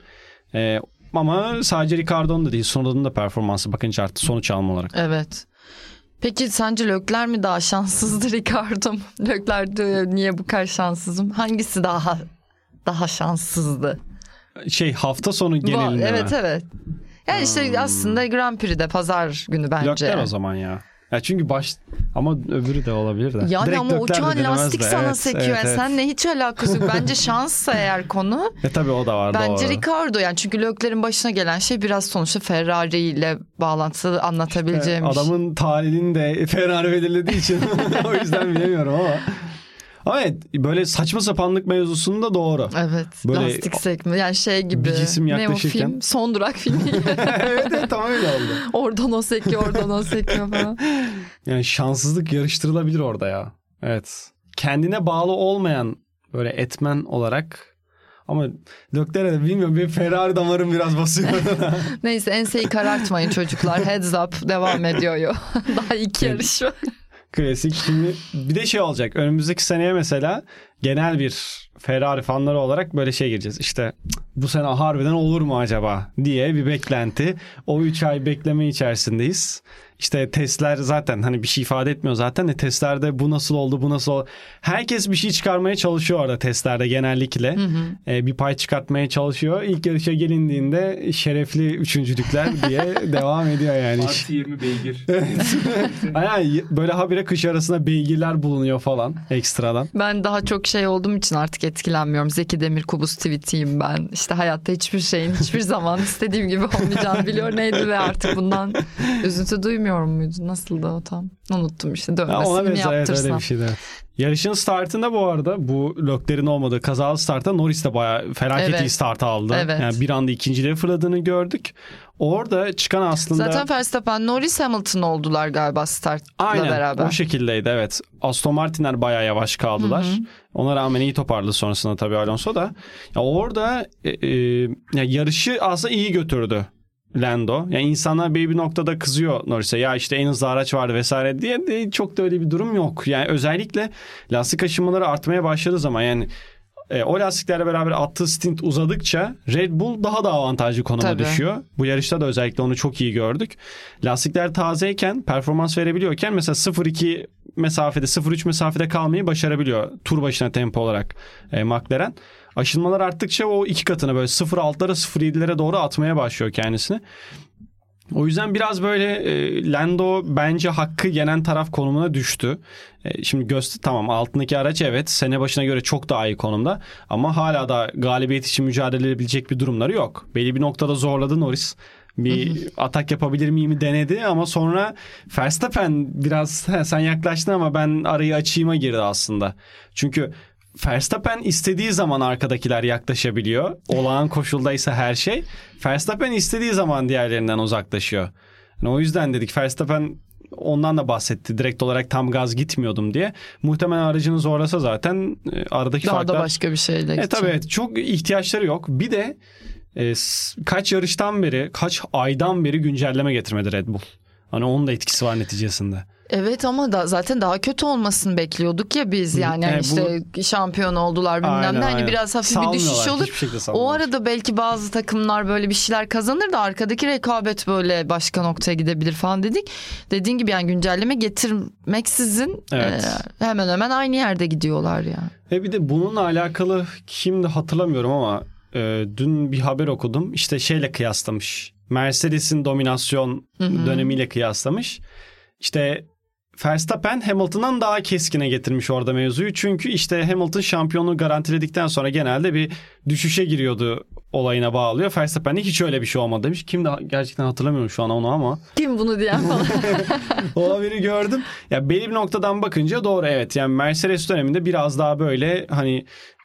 Ama sadece Ricciardo'nun da değil, Tsunoda'nın da performansı bakınca arttı sonuç alma olarak. Evet. Peki sence Leclerc mi daha şanssızdı, Ricciardo mu? Leclerc niye bu kadar şanssızım? Hangisi daha şanssızdı? Hafta sonu genelinde Evet mi? evet. Yani işte aslında Grand Prix'de pazar günü bence. Leclerc o zaman ya. Ya çünkü ama öbürü de olabilir de. Yani Direkt ama Leclerc de uçan denemez lastik de. sana Evet, sekiyor. evet, Yani evet. seninle hiç alakası yok. Bence şanssa eğer konu. Tabii o da var. Bence doğru. Ricciardo, yani çünkü Leclerc'in başına gelen şey biraz sonuçta Ferrari ile bağlantılı anlatabileceğim bir şey. Adamın talihini de Ferrari belirlediği için o yüzden bilemiyorum ama. Ama evet, böyle saçma sapanlık mevzusunda doğru. Evet. Böyle lastik sekme. Yani şey gibi. bir cisim Ne o yaklaşırken. film? Son Durak filmi gibi. evet tam öyle oldu. Oradan o sekiyor, oradan o sekiyor falan. Yani şanssızlık yarıştırılabilir orada ya. Evet. Kendine bağlı olmayan böyle etmen olarak. Ama Leclerc'e de bilmiyorum, benim Ferrari damarım biraz basıyor. Neyse, enseyi karartmayın çocuklar. Heads up, devam ediyor. Daha 2 yarış var. Klasik. Şimdi bir de olacak. Önümüzdeki seneye mesela genel bir Ferrari fanları olarak böyle gireceğiz. İşte bu sene harbiden olur mu acaba diye bir beklenti. O 3 ay bekleme içerisindeyiz. İşte testler zaten hani bir şey ifade etmiyor zaten de testlerde bu nasıl oldu, bu nasıl oldu. Herkes bir şey çıkarmaya çalışıyor orada testlerde genellikle. Bir pay çıkartmaya çalışıyor. İlk yarışa gelindiğinde şerefli üçüncülükler diye devam ediyor yani. Artı 20 beygir. Yani böyle habire kış arasında beygirler bulunuyor falan ekstradan. Ben daha çok olduğum için artık etkilenmiyorum. Zeki Demirkubuz tweetiyim ben. İşte hayatta hiçbir şeyin hiçbir zaman istediğim gibi olmayacağını biliyor neydi ve artık bundan üzüntü duymuyor muydu? Nasıldı o tam? Unuttum işte, dönmesini mi yaptırsam. Öyle bir şeydi. Yarışın startında bu arada bu Leclerc'in olmadığı kazalı startta Norris de bayağı felaket iyi start aldı. Evet. Yani bir anda ikinciliğe fırladığını gördük. Orada çıkan aslında... Zaten Verstappen, Norris, Hamilton oldular galiba startla beraber. Aynen o şekildeydi evet. Aston Martin'ler bayağı yavaş kaldılar. Ona rağmen iyi toparladı sonrasında tabii Alonso da. Ya orada yarışı aslında iyi götürdü Lando. Yani insanlar bir noktada kızıyor Norris'e. Ya işte en hızlı araç vardı vesaire diye de çok da öyle bir durum yok. Yani özellikle lastik aşınmaları artmaya başladığı zaman yani o lastiklerle beraber attığı stint uzadıkça Red Bull daha da avantajlı konuma düşüyor. Bu yarışta da özellikle onu çok iyi gördük. Lastikler tazeyken, performans verebiliyorken mesela 0.2 mesafede, 0.3 mesafede kalmayı başarabiliyor. Tur başına tempo olarak McLaren. Aşınmalar arttıkça o 2 katına böyle 0.6'lara 0.7'lere doğru atmaya başlıyor kendisini. O yüzden biraz böyle Lando bence hakkı yenen taraf konumuna düştü. Şimdi tamam altındaki araç evet sene başına göre çok daha iyi konumda. Ama hala da galibiyet için mücadele edebilecek bir durumları yok. Belli bir noktada zorladı Norris. Bir atak yapabilir miyim denedi ama sonra Verstappen biraz sen yaklaştın ama ben arayı açayım'a girdi aslında. Çünkü Verstappen istediği zaman arkadakiler yaklaşabiliyor. Olağan koşuldaysa her şey. Verstappen istediği zaman diğerlerinden uzaklaşıyor. Yani o yüzden dedik Verstappen ondan da bahsetti. Direkt olarak tam gaz gitmiyordum diye. Muhtemelen aracını zorlasa zaten aradaki daha farklar... da başka bir şeyle gidecek. Tabii evet, çok ihtiyaçları yok. Bir de kaç yarıştan beri, kaç aydan beri güncelleme getirmedi Red Bull. Hani onun da etkisi var neticesinde. Evet ama zaten daha kötü olmasını bekliyorduk ya biz yani işte şampiyon oldular bilmem ne hani biraz hafif bir düşüş olur. O arada belki bazı takımlar böyle bir şeyler kazanır da arkadaki rekabet böyle başka noktaya gidebilir falan dedik. Dediğin gibi yani güncelleme getirmeksizin hemen hemen aynı yerde gidiyorlar ya. Ve bir de bununla alakalı şimdi hatırlamıyorum ama dün bir haber okudum. İşte şeyle kıyaslamış. Mercedes'in dominasyon dönemiyle kıyaslamış. İşte Verstappen Hamilton'dan daha keskine getirmiş orada mevzuyu. Çünkü işte Hamilton şampiyonluğu garantiledikten sonra genelde bir düşüşe giriyordu olayına bağlıyor. Verstappen'de hiç öyle bir şey olmadı demiş. Kim de gerçekten hatırlamıyorum şu an onu ama. Kim bunu diyen falan. O haberi gördüm. Ya belli bir noktadan bakınca doğru evet. Yani Mercedes döneminde biraz daha böyle hani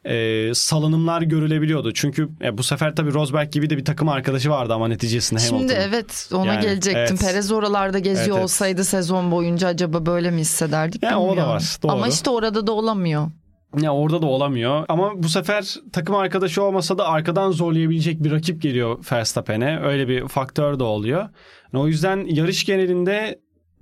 salınımlar görülebiliyordu. Çünkü bu sefer tabii Rosberg gibi de bir takım arkadaşı vardı ama neticesinde Hamilton. Şimdi evet ona yani, gelecektim. Evet. Perez oralarda geziyor olsaydı sezon boyunca acaba böyle mi hissederdik? Yani o da var. Doğru. Ama işte orada da olamıyor. Ya orada da olamıyor. Ama bu sefer takım arkadaşı olmasa da arkadan zorlayabilecek bir rakip geliyor Verstappen'e. Öyle bir faktör de oluyor. Yani o yüzden yarış genelinde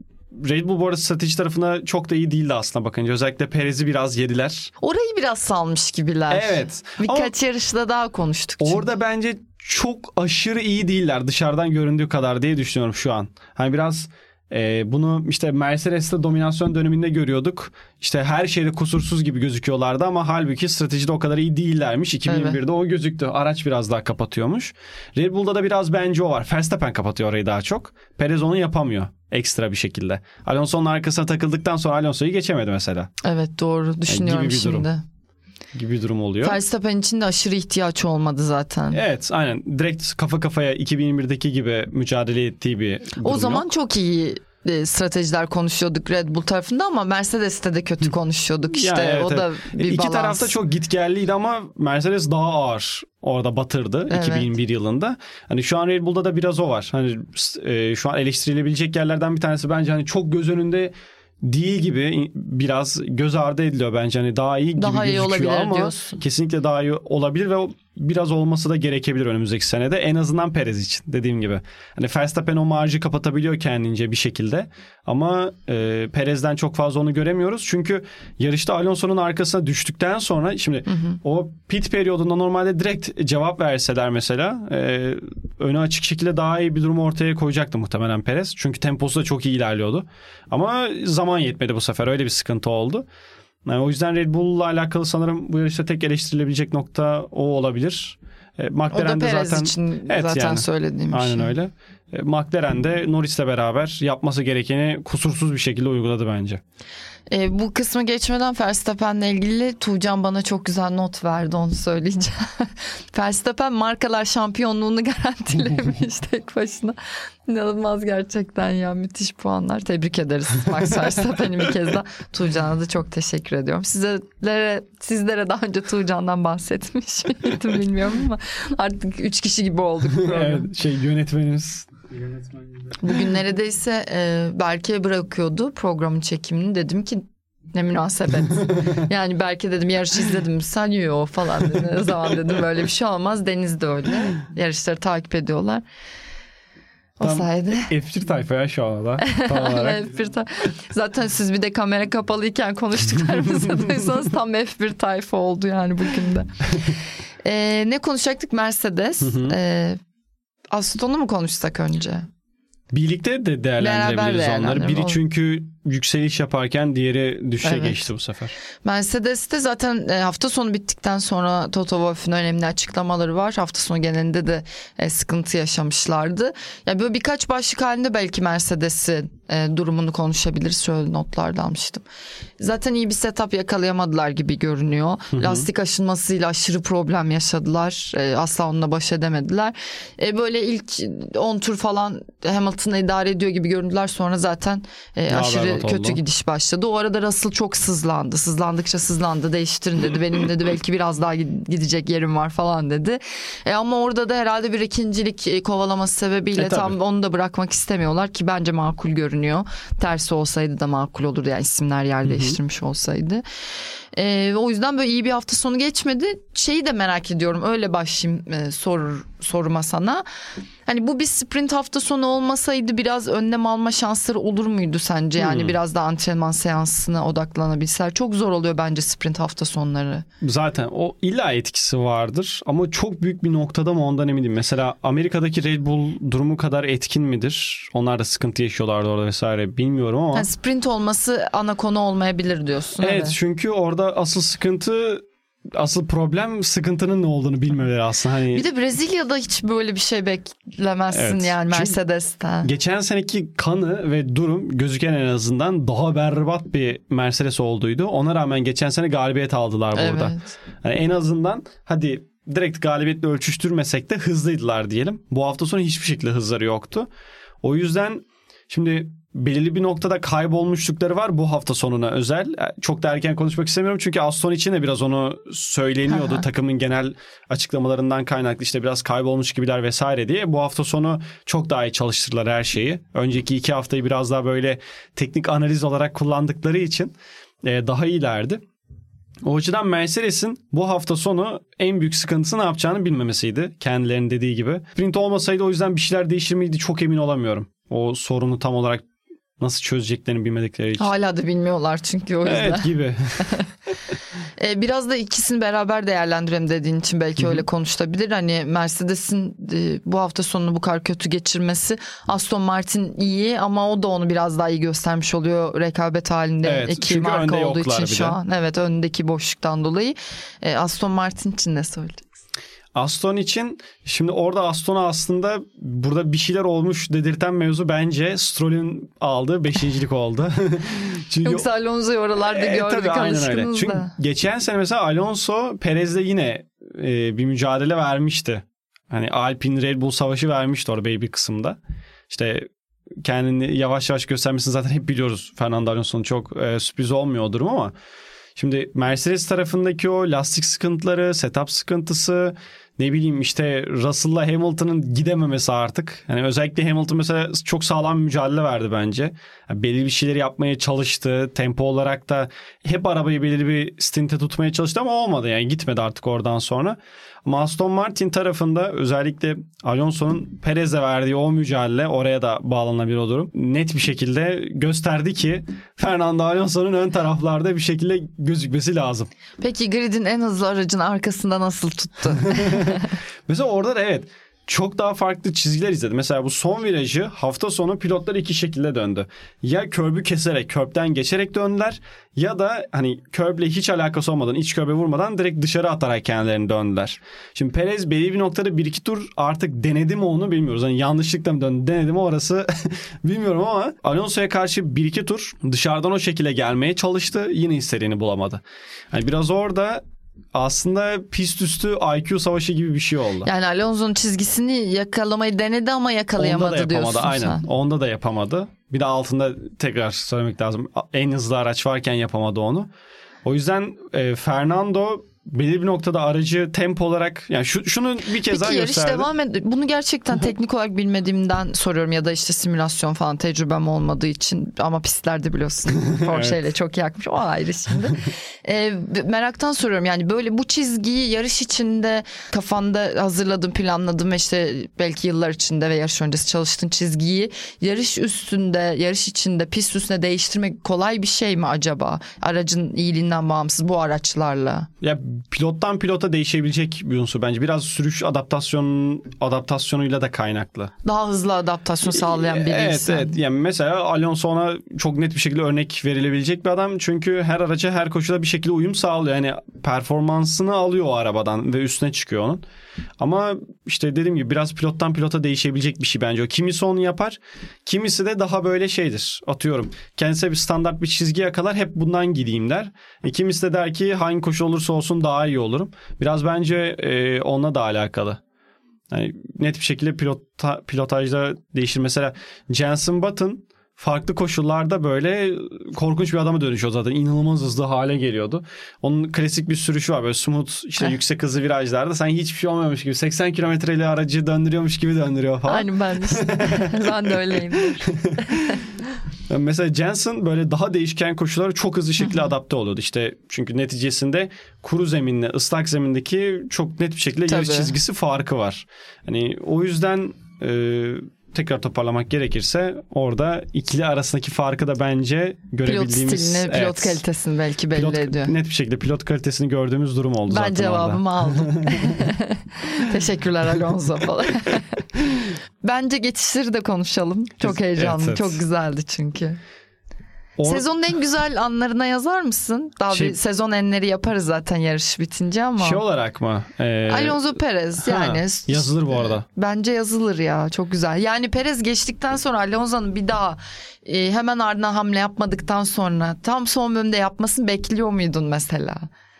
Red Bull bu arada strateji tarafına çok da iyi değildi aslında bakınca. Özellikle Perez'i biraz yediler. Orayı biraz salmış gibiler. Evet. Birkaç yarışta daha konuştuk çünkü. Orada bence çok aşırı iyi değiller dışarıdan göründüğü kadar diye düşünüyorum şu an. Hani biraz bunu işte Mercedes'te dominasyon döneminde görüyorduk. İşte her şeyde kusursuz gibi gözüküyorlardı ama halbuki stratejide o kadar iyi değillermiş. 2021'de o gözüktü. Araç biraz daha kapatıyormuş. Red Bull'da da biraz bence o var. Verstappen kapatıyor orayı daha çok. Perez onu yapamıyor ekstra bir şekilde. Alonso'nun arkasına takıldıktan sonra Alonso'yu geçemedi mesela. Evet doğru düşünüyorum gibi şimdi. Gibi bir durum oluyor. Verstappen için de aşırı ihtiyaç olmadı zaten. Evet aynen. Direkt kafa kafaya 2021'deki gibi mücadele ettiği bir durum o zaman yok. Çok iyi stratejiler konuşuyorduk Red Bull tarafında ama Mercedes'te de kötü konuşuyorduk işte evet, o da bir balans. İki tarafta çok gitgelliydi ama Mercedes daha ağır orada batırdı 2001 yılında. Hani şu an Red Bull'da da biraz o var. Hani şu an eleştirilebilecek yerlerden bir tanesi bence hani çok göz önünde değil gibi biraz göz ardı ediliyor bence. Hani daha iyi gibi daha gözüküyor iyi ama diyorsun. Kesinlikle daha iyi olabilir ve biraz olması da gerekebilir önümüzdeki senede. En azından Perez için dediğim gibi. Hani Verstappen o marjı kapatabiliyor kendince bir şekilde. Ama Perez'den çok fazla onu göremiyoruz. Çünkü yarışta Alonso'nun arkasına düştükten sonra şimdi o pit periyodunda normalde direkt cevap verseler mesela önü açık şekilde daha iyi bir durum ortaya koyacaktı muhtemelen Perez. Çünkü temposu da çok iyi ilerliyordu. Ama zaman yetmedi bu sefer. Öyle bir sıkıntı oldu. Yani o yüzden Red Bull'la alakalı sanırım bu yarışta tek eleştirilebilecek nokta o olabilir. McLaren o da Perez zaten için zaten yani, söylediğim aynen şey. Öyle. McLaren de Norris'le beraber yapması gerekeni kusursuz bir şekilde uyguladı bence. Bu kısmı geçmeden Verstappen'le ilgili Tuğcan bana çok güzel not verdi, onu söyleyeceğim. Verstappen markalar şampiyonluğunu garantilemiş tek başına. İnanılmaz gerçekten ya, müthiş puanlar. Tebrik ederiz Max Verstappen'i bir kez daha. Tuğcan'a da çok teşekkür ediyorum. Sizlere daha önce Tuğcan'dan bahsetmiş miydim bilmiyorum ama artık 3 kişi gibi olduk. Evet, yönetmenimiz. Bugün neredeyse Berke'ye bırakıyordu programın çekimini. Dedim ki ne münasebet. Yani Berke dedim yarışı izledim mi? Sen yiyor falan dedi. Ne zaman dedim böyle bir şey olmaz. Deniz de öyle. Yarışları takip ediyorlar. O sayede. F1 tayfa ya şu anda. Tam olarak. Zaten siz bir de kamera kapalıyken konuştuklarımızı duysanız tam F1 tayfa oldu yani bugün de. Ne konuşacaktık? Mercedes. Aston'u mu konuşsak önce? Birlikte de değerlendirebiliriz onları. Biri çünkü yükseliş yaparken diğeri düşüşe geçti bu sefer. Mercedes'te zaten hafta sonu bittikten sonra Toto Wolff'un önemli açıklamaları var. Hafta sonu genelinde de sıkıntı yaşamışlardı. Yani böyle birkaç başlık halinde belki Mercedes'in durumunu konuşabiliriz. Şöyle notlarda almıştım. Zaten iyi bir setup yakalayamadılar gibi görünüyor. Lastik aşınmasıyla aşırı problem yaşadılar. Asla onunla baş edemediler. Böyle ilk 10 tur falan Hamilton'ı idare ediyor gibi göründüler. Sonra zaten aşırı kötü gidiş başladı. O arada Russell çok sızlandı. Sızlandıkça sızlandı. Değiştirin dedi. Benim dedi belki biraz daha gidecek yerim var falan dedi. Ama orada da herhalde bir ikincilik kovalaması sebebiyle tam onu da bırakmak istemiyorlar ki bence makul görünüyor. Tersi olsaydı da makul olurdu. Yani isimler yer değiştirmiş olsaydı. O yüzden böyle iyi bir hafta sonu geçmedi. Şeyi de merak ediyorum, öyle başlayayım soruma sana. Hani bu bir sprint hafta sonu olmasaydı biraz önlem alma şansları olur muydu sence? Yani biraz da antrenman seansına odaklanabilseler. Çok zor oluyor bence sprint hafta sonları. Zaten o illa etkisi vardır ama çok büyük bir noktada mı ondan emin değilim. Mesela Amerika'daki Red Bull durumu kadar etkin midir? Onlar da sıkıntı yaşıyorlardı orada vesaire, bilmiyorum ama. Yani sprint olması ana konu olmayabilir diyorsun. Evet, çünkü orada asıl problem sıkıntının ne olduğunu bilmeleri aslında. Hani bir de Brezilya'da hiç böyle bir şey beklemezsin, evet. yani Mercedes'ten. Geçen seneki kanı ve durum gözüken en azından daha berbat bir Mercedes olduydu. Ona rağmen geçen sene galibiyet aldılar burada. Evet. Yani en azından hadi direkt galibiyetle ölçüştürmesek de hızlıydılar diyelim. Bu hafta sonu hiçbir şekilde hızları yoktu. O yüzden şimdi belirli bir noktada kaybolmuşlukları var bu hafta sonuna özel. Çok da erken konuşmak istemiyorum çünkü Aston için de biraz onu söyleniyordu. Takımın genel açıklamalarından kaynaklı işte biraz kaybolmuş gibiler vesaire diye. Bu hafta sonu çok daha iyi çalıştırdılar her şeyi. Önceki 2 haftayı biraz daha böyle teknik analiz olarak kullandıkları için daha iyilerdi. O açıdan Mercedes'in bu hafta sonu en büyük sıkıntısı ne yapacağını bilmemesiydi. Kendilerinin dediği gibi. Sprint olmasaydı o yüzden bir şeyler değişir miydi çok emin olamıyorum. O sorunu tam olarak nasıl çözeceklerini bilmedikleri için. Hala da bilmiyorlar çünkü o yüzden. Evet gibi. Biraz da ikisini beraber değerlendirelim dediğin için belki öyle konuşulabilir. Hani Mercedes'in bu hafta sonunu bu kadar kötü geçirmesi, Aston Martin iyi ama o da onu biraz daha iyi göstermiş oluyor rekabet halinde. Evet, iki marka olduğu için şu an. Evet, öndeki boşluktan dolayı. Aston Martin için ne söyleyeceksin? Aston için şimdi orada Aston'a aslında burada bir şeyler olmuş dedirten mevzu bence Stroll'ün aldığı 5.'lik oldu. Çünkü Yoksa Alonso'yu oralarda gördük, tabii, aynen öyle. alışkınız Çünkü da. geçen sene mesela Alonso Perez'le yine bir mücadele vermişti. Hani Alpine Red Bull savaşı vermişti orada bir kısımda. İşte kendini yavaş yavaş göstermesini zaten hep biliyoruz. Fernando Alonso'nun çok sürpriz olmuyor o durum ama şimdi Mercedes tarafındaki o lastik sıkıntıları, setup sıkıntısı, ne bileyim işte Russell'la Hamilton'ın gidememesi artık. Yani özellikle Hamilton mesela çok sağlam bir mücadele verdi bence. Yani belirli bir şeyler yapmaya çalıştı. Tempo olarak da hep arabayı belirli bir stinte tutmaya çalıştı ama olmadı. Yani gitmedi artık oradan sonra. Ama Aston Martin tarafında özellikle Alonso'nun Perez'le verdiği o mücadele, oraya da bağlanabilir o durum. Net bir şekilde gösterdi ki Fernando Alonso'nun ön taraflarda bir şekilde gözükmesi lazım. Peki gridin en hızlı aracın arkasında nasıl tuttu? Mesela orada da evet çok daha farklı çizgiler izledim. Mesela bu son virajı hafta sonu pilotlar iki şekilde döndü. Ya körbü keserek, körbden geçerek döndüler ya da hani körble hiç alakası olmadan, iç körbe vurmadan direkt dışarı atarak kendilerini döndüler. Şimdi Perez belli bir noktada 1-2 tur artık denedi mi onu bilmiyoruz. Hani yanlışlıkla mı döndü, denedi mi orası bilmiyorum ama Alonso'ya karşı 1-2 tur dışarıdan o şekilde gelmeye çalıştı. Yine istediğini bulamadı. Yani biraz orada aslında pist üstü IQ savaşı gibi bir şey oldu. Yani Alonso'nun çizgisini yakalamayı denedi ama yakalayamadı diyorsun aynen. sen. Onda da yapamadı. Bir de altında tekrar söylemek lazım. En hızlı araç varken yapamadı onu. O yüzden Fernando belirli bir noktada aracı tempo olarak yani şunu bir kez daha gösterdi. Peki yarış devam ediyor. Bunu gerçekten teknik olarak bilmediğimden soruyorum ya da işte simülasyon falan tecrübem olmadığı için ama pistlerde biliyorsun Porsche ile çok yakmış, o ayrı şimdi. Meraktan soruyorum yani böyle bu çizgiyi yarış içinde kafanda hazırladın, planladın ve işte belki yıllar içinde ve yarış öncesi çalıştığın çizgiyi yarış üstünde, yarış içinde, pist üstünde değiştirmek kolay bir şey mi acaba? Aracın iyiliğinden bağımsız bu araçlarla. Ya pilottan pilota değişebilecek bir unsur bence. Biraz sürüş adaptasyonuyla da kaynaklı. Daha hızlı adaptasyon sağlayan biriysen. Evet. Yani mesela Alonso ona çok net bir şekilde örnek verilebilecek bir adam. Çünkü her araca her koşuda bir şekilde uyum sağlıyor. Yani performansını alıyor o arabadan ve üstüne çıkıyor onun. Ama işte dediğim gibi biraz pilottan pilota değişebilecek bir şey bence o. Kimisi onu yapar. Kimisi de daha böyle şeydir. Atıyorum. Kendisi bir standart bir çizgi yakalar. Hep bundan gideyim der. Kimisi de der ki hangi koşu olursa olsun daha iyi olurum. Biraz bence onunla da alakalı. Yani net bir şekilde pilotajda değişir. Mesela Jenson Button farklı koşullarda böyle korkunç bir adama dönüşüyor zaten. İnanılmaz hızlı hale geliyordu. Onun klasik bir sürüşü var. Böyle smooth işte yüksek hızlı virajlarda sanki hiçbir şey olmamış gibi 80 kilometreyle aracı döndürüyormuş gibi döndürüyor falan. Aynen ben de işte. Ben de öyleyimdir. Mesela Jensen böyle daha değişken koşullara çok hızlı şekilde adapte oluyordu. İşte çünkü neticesinde kuru zeminle ıslak zemindeki çok net bir şekilde yarış çizgisi farkı var. Hani o yüzden tekrar toparlamak gerekirse orada ikili arasındaki farkı da bence görebildiğimiz... Pilot stilini, pilot kalitesini belki belli ediyor. Net bir şekilde pilot kalitesini gördüğümüz durum oldu zaten orada. Ben cevabımı aldım. Teşekkürler Alonso falan. Bence geçişleri de konuşalım. Çok heyecanlı, evet. Çok güzeldi çünkü. Sezonun en güzel anlarına yazar mısın? Daha bir sezon enleri yaparız zaten yarış bitince ama. Şey olarak mı? Alonso Perez yani. Yazılır bu arada. Bence yazılır ya, çok güzel. Yani Perez geçtikten sonra Alonso'nun bir daha hemen ardına hamle yapmadıktan sonra tam son bölümde yapmasını bekliyor muydun mesela?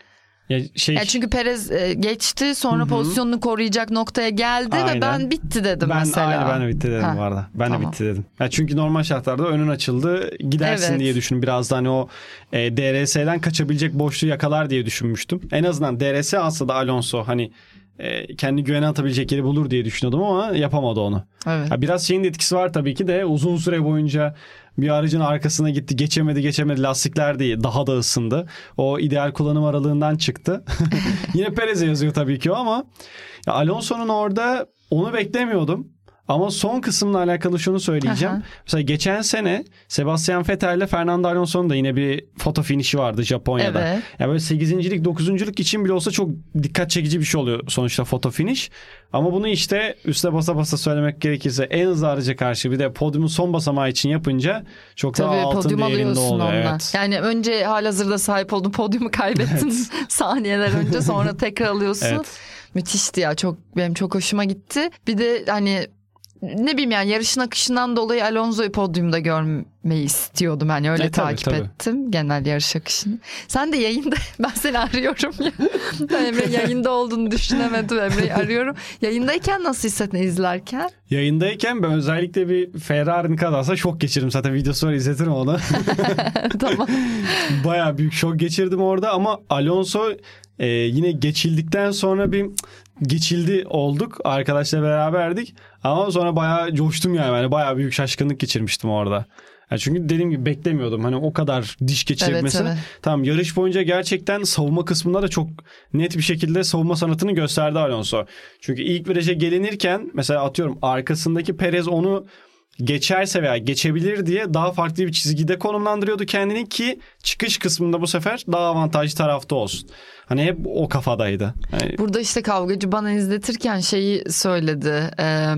Yani çünkü Perez geçti sonra pozisyonunu koruyacak noktaya geldi ve ben bitti dedim mesela. Ben de bitti dedim bu arada. Ben de bitti dedim. Yani çünkü normal şartlarda önün açıldı gidersin diye düşündüm. Biraz da hani o DRS'den kaçabilecek boşluğu yakalar diye düşünmüştüm. En azından DRS alsa da Alonso hani kendi güvene atabilecek yeri bulur diye düşünüyordum ama yapamadı onu. Evet. Biraz şeyin de etkisi var tabii ki de uzun süre boyunca bir aracın arkasına gitti geçemedi lastikler değil daha da ısındı. O ideal kullanım aralığından çıktı. Yine Perez'e yazıyor tabii ki o ama Alonso'nun orada onu beklemiyordum. Ama son kısımla alakalı şunu söyleyeceğim. Mesela geçen sene Sebastian Vettel ile Fernando Alonso'nun da yine bir foto finişi vardı Japonya'da. Evet. Yani böyle 8.lik 9.luk için bile olsa çok dikkat çekici bir şey oluyor sonuçta foto finish. Ama bunu işte üste basa basa söylemek gerekirse en hızlı araca karşı bir de podyumun son basamağı için yapınca çok daha altın değerinde oluyor. Evet. Yani önce halihazırda sahip olduğun podyumu kaybettin saniyeler önce sonra tekrar alıyorsun. Evet. Müthişti ya, benim çok hoşuma gitti. Bir de hani ne bileyim yani yarışın akışından dolayı Alonso'yu podyumda görmeyi istiyordum. Yani öyle takip ettim genel yarış akışını. Sen de yayında ben seni arıyorum ya. Ben Emre yayında olduğunu düşünemedim, Emre'yi arıyorum. Yayındayken nasıl hissettin izlerken? Yayındayken ben özellikle bir Ferrari'nin kazası şok geçirdim. Zaten videosu var, izletirim onu. Tamam. Bayağı büyük şok geçirdim orada ama Alonso yine geçildikten sonra bir geçildi olduk. Arkadaşla beraberdik. Ama sonra bayağı coştum yani. Bayağı büyük şaşkınlık geçirmiştim orada. Yani çünkü dediğim gibi beklemiyordum. Hani o kadar diş geçirmesini. Evet. Tamam, yarış boyunca gerçekten savunma kısmında da çok net bir şekilde savunma sanatını gösterdi Alonso. Çünkü ilk viraja gelinirken mesela atıyorum arkasındaki Perez onu geçerse veya geçebilir diye daha farklı bir çizgide konumlandırıyordu kendini ki çıkış kısmında bu sefer daha avantajlı tarafta olsun. Hani hep o kafadaydı. Yani... Burada işte kavgacı bana izletirken şeyi söyledi.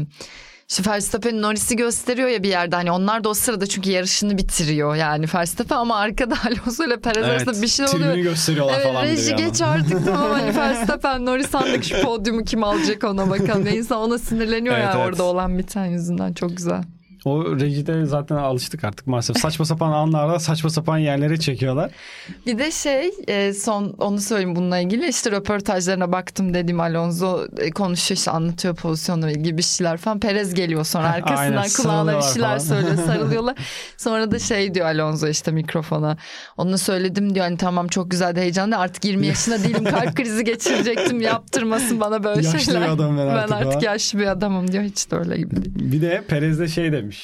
İşte Verstappen Norris'i gösteriyor ya bir yerde, hani onlar da o sırada çünkü yarışını bitiriyor yani Verstappen, ama arkada Alonso ile Perez arasında bir şey oluyor. Tribünü gösteriyorlar falan. Reji geç artık tamam, hani Verstappen Norris andık şu podyumu kim alacak ona bakalım. İnsan ona sinirleniyor ya orada olan biten yüzünden, çok güzel. O rejide zaten alıştık artık maalesef. Saçma sapan anlarda saçma sapan yerlere çekiyorlar. Bir de son onu söyleyeyim bununla ilgili, işte röportajlarına baktım dediğim Alonso konuşuyor, işte anlatıyor pozisyonla ilgili bir şeyler falan. Perez geliyor sonra arkasından kulağına bir şeyler söylüyor, sarılıyorlar. Sonra da diyor Alonso işte mikrofona. Onu söyledim diyor, hani tamam çok güzeldi, heyecanlı, artık 20 yaşında değilim, kalp krizi geçirecektim, yaptırmasın bana böyle yaşlı şeyler. Yaşlı bir adam ben artık yaşlı bir adamım diyor, hiç de öyle gibi değil. Bir de Perez de demiş.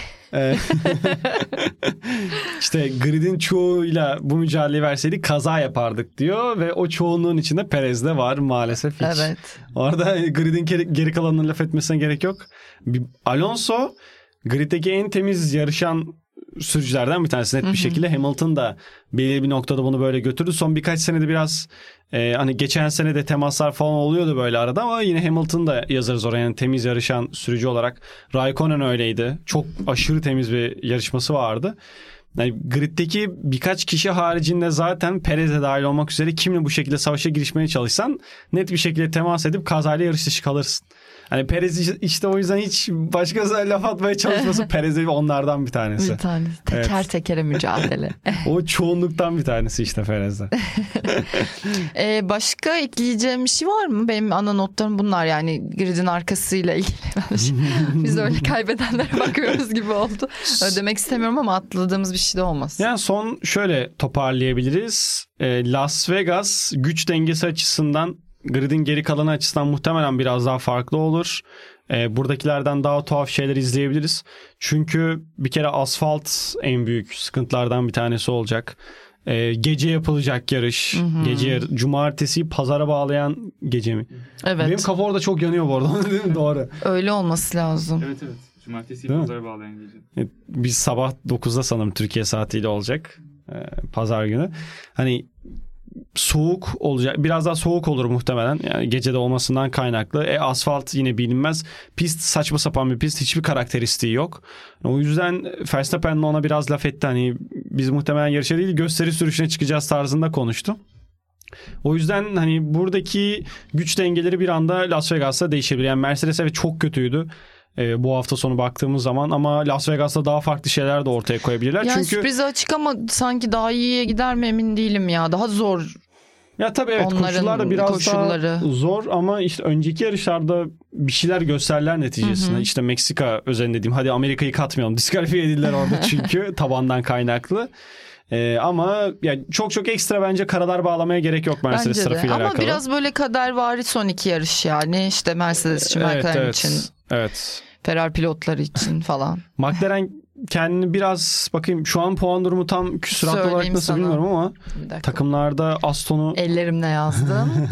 İşte gridin çoğuyla bu mücadeleyi verseydik kaza yapardık diyor ve o çoğunluğun içinde Perez de var maalesef hiç. Evet. Orada gridin geri kalanını laf etmesine gerek yok. Alonso griddeki en temiz yarışan sürücülerden bir tanesi net bir şekilde. Hamilton da belirli bir noktada bunu böyle götürdü. Son birkaç senede biraz hani geçen sene de temaslar falan oluyordu böyle arada ama yine Hamilton da yazarız oraya, yani temiz yarışan sürücü olarak. Raikkonen öyleydi. Çok aşırı temiz bir yarışması vardı. Yani griddeki birkaç kişi haricinde zaten Perez'e dahil olmak üzere kimle bu şekilde savaşa girişmeye çalışsan net bir şekilde temas edip kazayla yarış dışı kalırsın. Hani Perez işte o yüzden hiç başkasına laf atmaya çalışması Perez de onlardan bir tanesi. Bir tanesi. Teker tekere mücadele. O çoğunluktan bir tanesi işte Perez'de. Başka ekleyeceğim bir şey var mı? Benim ana notlarım bunlar, yani gridin arkasıyla ilgili. Biz öyle kaybedenlere bakıyoruz gibi oldu. Öyle demek istemiyorum ama atladığımız bir şey de olmasın. Yani son şöyle toparlayabiliriz. Las Vegas güç dengesi açısından gridin geri kalanı açısından muhtemelen biraz daha farklı olur. Buradakilerden daha tuhaf şeyler izleyebiliriz. Çünkü bir kere asfalt en büyük sıkıntılardan bir tanesi olacak. Gece yapılacak yarış. Cumartesiyi pazara bağlayan gece mi? Evet. Benim kafa orada çok yanıyor bu arada. Değil mi? Doğru. Öyle olması lazım. Evet. Cumartesi Değil mi? pazara bağlayan gece. Biz sabah 9'da sanırım Türkiye saatiyle olacak. Pazar günü. Hani soğuk olacak. Biraz daha soğuk olur muhtemelen. Yani gecede olmasından kaynaklı. Asfalt yine bilinmez. Pist saçma sapan bir pist. Hiçbir karakteristiği yok. O yüzden Verstappen'le ona biraz laf etti. Hani biz muhtemelen yarışa değil gösteri sürüşüne çıkacağız tarzında konuştu. O yüzden hani buradaki güç dengeleri bir anda Las Vegas'ta değişebilir. Yani Mercedes evet çok kötüydü. Bu hafta sonu baktığımız zaman ama Las Vegas'ta daha farklı şeyler de ortaya koyabilirler. Yani çünkü sürprize açık ama sanki daha iyiye gider mi emin değilim ya. Daha zor. Ya tabii evet koşullar da biraz daha zor ama işte önceki yarışlarda bir şeyler gösterler neticesinde. İşte Meksika özelinde diyeyim. Hadi Amerika'yı katmayalım. Diskalifiye edildiler orada çünkü tabandan kaynaklı. Ama yani çok ekstra bence karalar bağlamaya gerek yok Mercedes trafiğiyle alakalı. Ama biraz böyle kadervari son iki yarış yani. İşte Mercedes için, McLaren için. Evet. Ferrari pilotları için falan. McLaren kendini biraz bakayım şu an puan durumu tam küsuratlı olarak nasıl bilmiyorum ama takımlarda Aston'u ellerimle yazdım.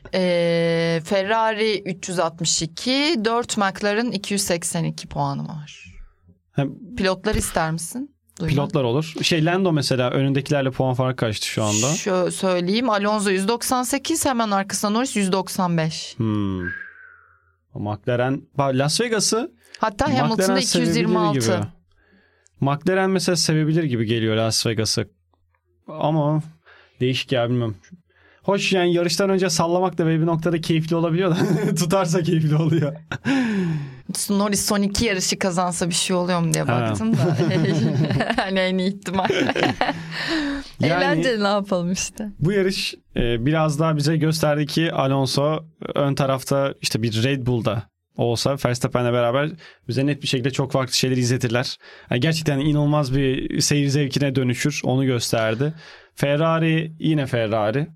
Ferrari 362, 4 McLaren 282 puanı var. Pilotlar ister misin? Duymak. Pilotlar olur. Lando mesela önündekilerle puan farkı kaçtı şu anda? Şöyle söyleyeyim. Alonso 198, hemen arkasında Norris 195. McLaren Las Vegas'ı hatta Hamilton'da 226. McLaren mesela sevebilir gibi geliyor Las Vegas'ı. Ama değişik ya bilmiyorum. Hoş yani yarıştan önce sallamak da bir noktada keyifli olabiliyor da tutarsa keyifli oluyor. Norris son iki yarışı kazansa bir şey oluyor mu diye baktım da. Hani en iyi ihtimal. Eğlenceli ne yapalım işte. Bu yarış biraz daha bize gösterdi ki Alonso ön tarafta işte bir Red Bull'da olsa Verstappen'le beraber bize net bir şekilde çok farklı şeyler izletirler. Yani gerçekten inanılmaz bir seyir zevkine dönüşür. Onu gösterdi. Ferrari yine Ferrari.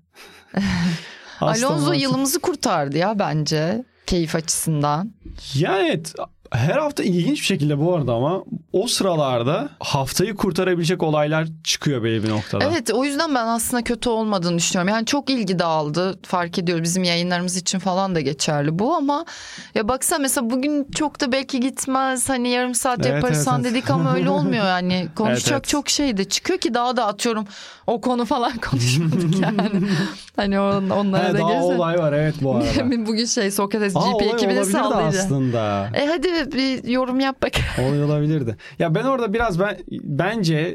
Alonso yılımızı kurtardı ya bence keyif açısından. Yani evet her hafta ilginç bir şekilde bu arada ama o sıralarda haftayı kurtarabilecek olaylar çıkıyor belli bir noktada. Evet o yüzden ben aslında kötü olmadığını düşünüyorum. Yani çok ilgi dağıldı fark ediyoruz bizim yayınlarımız için falan da geçerli bu ama ya baksana mesela bugün çok da belki gitmez hani yarım saat yaparsan dedik ama öyle olmuyor yani konuşacak çok şey de çıkıyor ki daha da atıyorum o konu falan konuşmadık yani. Hani onlara da daha gelirse. olay var evet bu arada. Bugün Sokrates GP ekibine saldırdı. Aslında. Hadi bir yorum yap bakalım. Olabilirdi. Ya ben orada biraz bence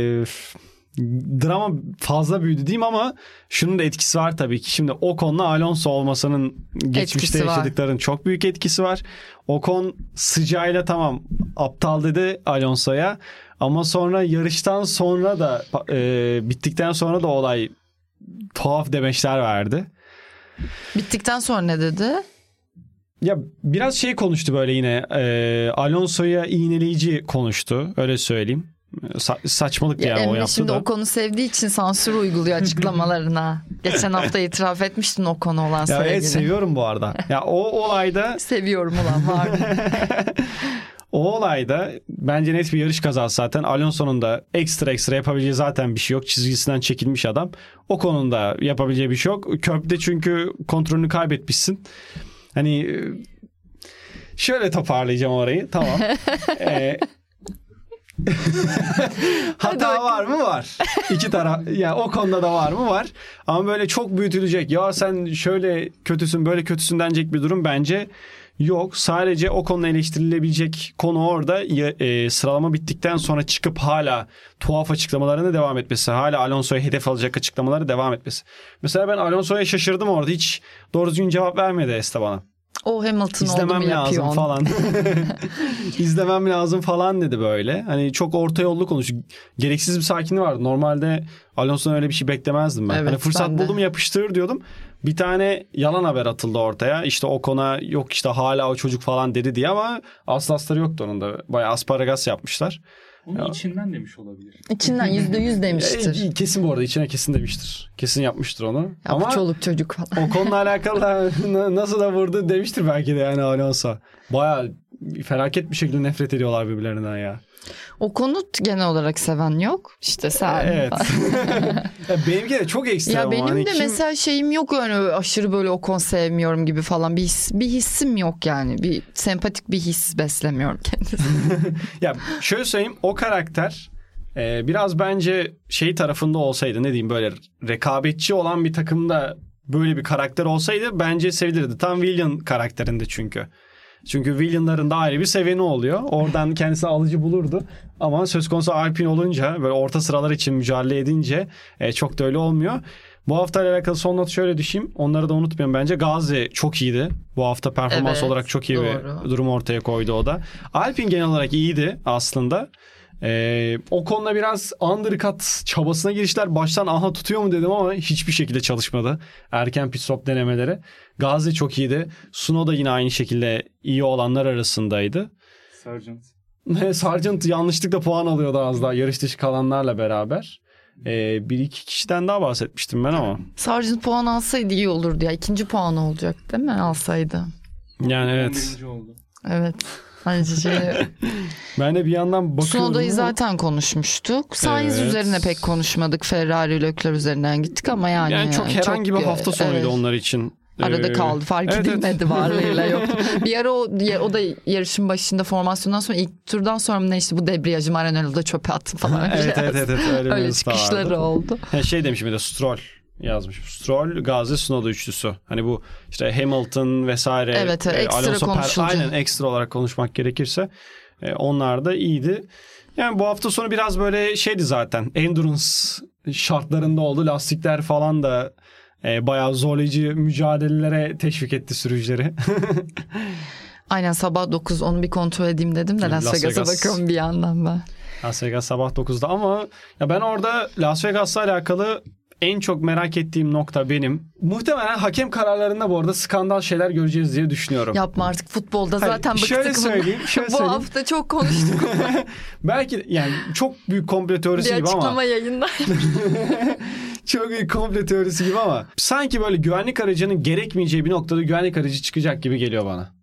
drama fazla büyüdü diyeyim ama şunun da etkisi var tabii ki. Şimdi Ocon'la Alonso olmasının geçmişte yaşadıklarının çok büyük etkisi var. Ocon sıcağıyla tamam aptal dedi Alonso'ya ama sonra yarıştan sonra da bittikten sonra da olay tuhaf demeçler verdi. Bittikten sonra ne dedi? Ya biraz konuştu böyle yine Alonso'ya iğneleyici konuştu öyle söyleyeyim. Saçmalık yani o yaptı şimdi da. o konu sevdiği için sansür uyguluyor açıklamalarına. Geçen hafta itiraf etmiştin o konu olan sevgini. Evet seviyorum bu arada. Ya o olayda. Seviyorum ulan var mı? O olayda bence net bir yarış kazası zaten. Alonso'nun da ekstra yapabileceği zaten bir şey yok. Çizgisinden çekilmiş adam. O konuda yapabileceği bir şey yok. Köprüde çünkü kontrolünü kaybetmişsin. Hani şöyle toparlayacağım orayı. Tamam. Hata var mı? Var. İki taraf. Yani o konuda da var mı? Var. Ama böyle çok büyütülecek. Ya sen şöyle kötüsün, böyle kötüsün denecek bir durum bence yok. Sadece o konuda eleştirilebilecek konu orada sıralama bittikten sonra çıkıp hala tuhaf açıklamalarına devam etmesi. Hala Alonso'ya hedef alacak açıklamaları devam etmesi. Mesela ben Alonso'ya şaşırdım orada. Hiç doğru düzgün cevap vermedi Esteban'a. O Hamilton İzlemem oldu mu lazım yapıyor falan. İzlemem lazım falan dedi böyle. Hani çok orta yollu konuştu. Gereksiz bir sakinliği vardı. Normalde Alonso'dan öyle bir şey beklemezdim ben. Evet, hani fırsat buldum yapıştırır diyordum. Bir tane yalan haber atıldı ortaya. İşte Ocon'a yok işte hala o çocuk falan dedi diye ama aslı yoktu onun da. Bayağı asparagas yapmışlar. Onu içinden demiş olabilir. İçinden %100 demiştir. Kesin bu arada içine kesin demiştir. Kesin yapmıştır onu. Ya ama çoluk çocuk falan. o konuyla alakalı da nasıl da vurdu demiştir belki de yani Alonso. Bayağı felaket bir şekilde nefret ediyorlar birbirlerinden ya. O konu genel olarak seven yok. İşte sen. Evet. Ya benimki de çok ekstrem. Ya benim hani de mesela şeyim yok yani aşırı böyle Ocon sevmiyorum gibi falan bir hissim yok yani. Bir sempatik bir his beslemiyorum kendisine. Ya şöyle söyleyeyim, o karakter biraz bence şey tarafında olsaydı, ne diyeyim, böyle rekabetçi olan bir takımda böyle bir karakter olsaydı bence sevilirdi. Tam Willian karakterinde çünkü. Çünkü Willian'ların da ayrı bir seviyeni oluyor. Oradan kendisi alıcı bulurdu. Ama söz konusu Alpine olunca, böyle orta sıralar için mücadele edince çok da öyle olmuyor. Bu haftayla alakalı son not şöyle düşeyim. Onları da unutmayın bence. Gazi çok iyiydi. Bu hafta performans olarak çok iyi bir durum ortaya koydu o da. Alpine genel olarak iyiydi aslında. O konuda biraz undercut çabasına girişler. Baştan aha tutuyor mu dedim ama hiçbir şekilde çalışmadı. Erken pit stop denemeleri. Gazi çok iyiydi. Tsunoda yine aynı şekilde iyi olanlar arasındaydı. Sargent yanlışlıkla puan alıyordu az daha yarış dışı kalanlarla beraber. Bir iki kişiden daha bahsetmiştim ben ama. Sargent puan alsaydı iyi olurdu ya. 2. puan olacak değil mi alsaydı? Yani evet. Oldu. Evet. Hani ben de bir yandan bakıyorum. Tsunoda'yı zaten konuşmuştuk. Sainz üzerine pek konuşmadık. Ferrari, Leclerc üzerinden gittik ama yani çok herhangi bir hafta sonuydu onlar için. Arada kaldı. Fark edilmedi varlığıyla yok. Bir ara o da yarışın başında formasyondan sonra ilk turdan sonra ne işte bu debriyajı Maranello'da çöpe attım falan. evet. Öyle çıkışları oldu. Şey demişim bir de Stroll yazmış. Stroll, Gazi, Tsunoda üçlüsü. Hani bu işte Hamilton vesaire. Evet, ekstra Alonso konuşulacak. Aynen, ekstra olarak konuşmak gerekirse onlar da iyiydi. Yani bu hafta sonu biraz böyle şeydi zaten. Endurance şartlarında oldu. Lastikler falan da bayağı zorlayıcı mücadelelere teşvik etti sürücüleri. Aynen, sabah 9 onu bir kontrol edeyim dedim de Las Vegas'a bakıyorum bir yandan ben. Las Vegas sabah 9'da ama ya ben orada Las Vegas'la alakalı en çok merak ettiğim nokta benim. Muhtemelen hakem kararlarında bu arada skandal şeyler göreceğiz diye düşünüyorum. Yapma artık, futbolda zaten bıktık. Şöyle söyleyeyim. Bu hafta çok konuştuk. Belki yani çok büyük komple teorisi gibi ama. Bir açıklama yayında. Çok büyük komple teorisi gibi ama sanki böyle güvenlik aracının gerekmeyeceği bir noktada güvenlik aracı çıkacak gibi geliyor bana.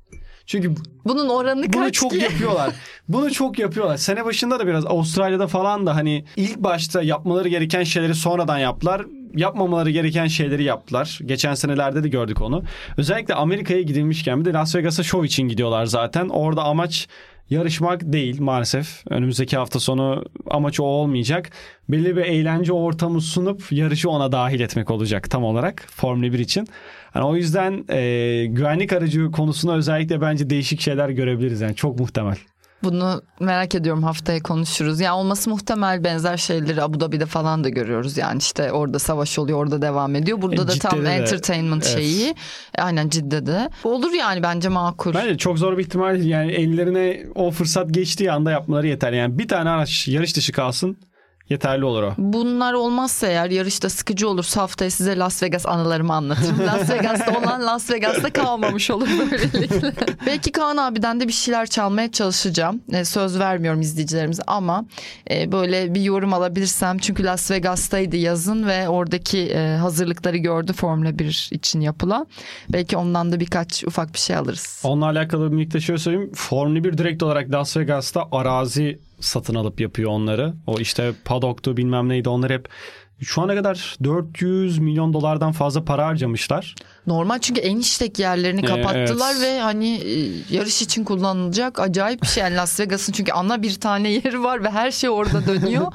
Çünkü bunun oranı bunu kaç çok ki? yapıyorlar. Bunu çok yapıyorlar. Sene başında da biraz Avustralya'da falan da hani ilk başta yapmaları gereken şeyleri sonradan yaptılar. Yapmamaları gereken şeyleri yaptılar. Geçen senelerde de gördük onu. Özellikle Amerika'ya gidilmişken bir de Las Vegas'a şov için gidiyorlar zaten. Orada amaç yarışmak değil maalesef. Önümüzdeki hafta sonu amaç o olmayacak. Belli bir eğlence ortamı sunup yarışı ona dahil etmek olacak tam olarak Formula 1 için. Yani o yüzden güvenlik aracı konusunda özellikle bence değişik şeyler görebiliriz. Yani çok muhtemel. Bunu merak ediyorum, haftaya konuşuruz. Yani olması muhtemel benzer şeyleri Abu Dhabi'de falan da görüyoruz. Yani işte orada savaş oluyor, orada devam ediyor. Burada da tam Cidde'de entertainment şeyi. Aynen, Cidde'de. Olur yani, bence makul. Bence çok zor bir ihtimal değil. Yani ellerine o fırsat geçtiği anda yapmaları yeter. Yani bir tane araç yarış dışı kalsın. Yeterli olur o. Bunlar olmazsa eğer, yarışta sıkıcı olursa haftaya size Las Vegas anılarımı anlatırım. Las Vegas'ta olan Las Vegas'ta kalmamış olur böylelikle. Belki Kaan abiden de bir şeyler çalmaya çalışacağım. Söz vermiyorum izleyicilerimize ama böyle bir yorum alabilirsem. Çünkü Las Vegas'taydı yazın ve oradaki hazırlıkları gördü Formula 1 için yapılan. Belki ondan da birkaç ufak bir şey alırız. Onunla alakalı birlikte şöyle söyleyeyim. Formula 1 direkt olarak Las Vegas'ta arazi satın alıp yapıyor onları. O işte paddock'tu bilmem neydi, onlar hep şu ana kadar 400 milyon dolardan fazla para harcamışlar. Normal, çünkü en işlek yerlerini kapattılar ve hani yarış için kullanılacak acayip bir şey. Yani Las Vegas'ın çünkü ana bir tane yeri var ve her şey orada dönüyor.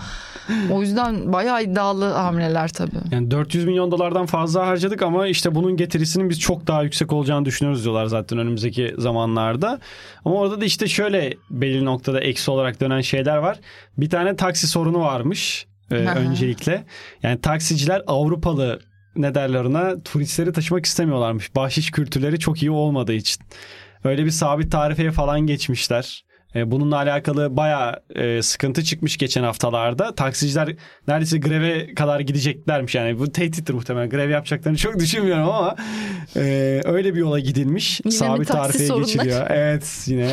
O yüzden bayağı iddialı hamleler tabii. Yani 400 milyon dolardan fazla harcadık ama işte bunun getirisinin biz çok daha yüksek olacağını düşünüyoruz diyorlar zaten önümüzdeki zamanlarda. Ama orada da işte şöyle belli noktada eksi olarak dönen şeyler var. Bir tane taksi sorunu varmış öncelikle. Yani taksiciler Avrupalı, ne derler ona, turistleri taşımak istemiyorlarmış. Bahşiş kültürleri çok iyi olmadığı için. Öyle bir sabit tarifeye falan geçmişler. Bununla alakalı bayağı sıkıntı çıkmış geçen haftalarda. Taksiciler neredeyse greve kadar gideceklermiş. Yani bu tehdittir muhtemelen. Grev yapacaklarını çok düşünmüyorum ama öyle bir yola gidilmiş. Yine sabit tarifeye geçiliyor. Evet, yine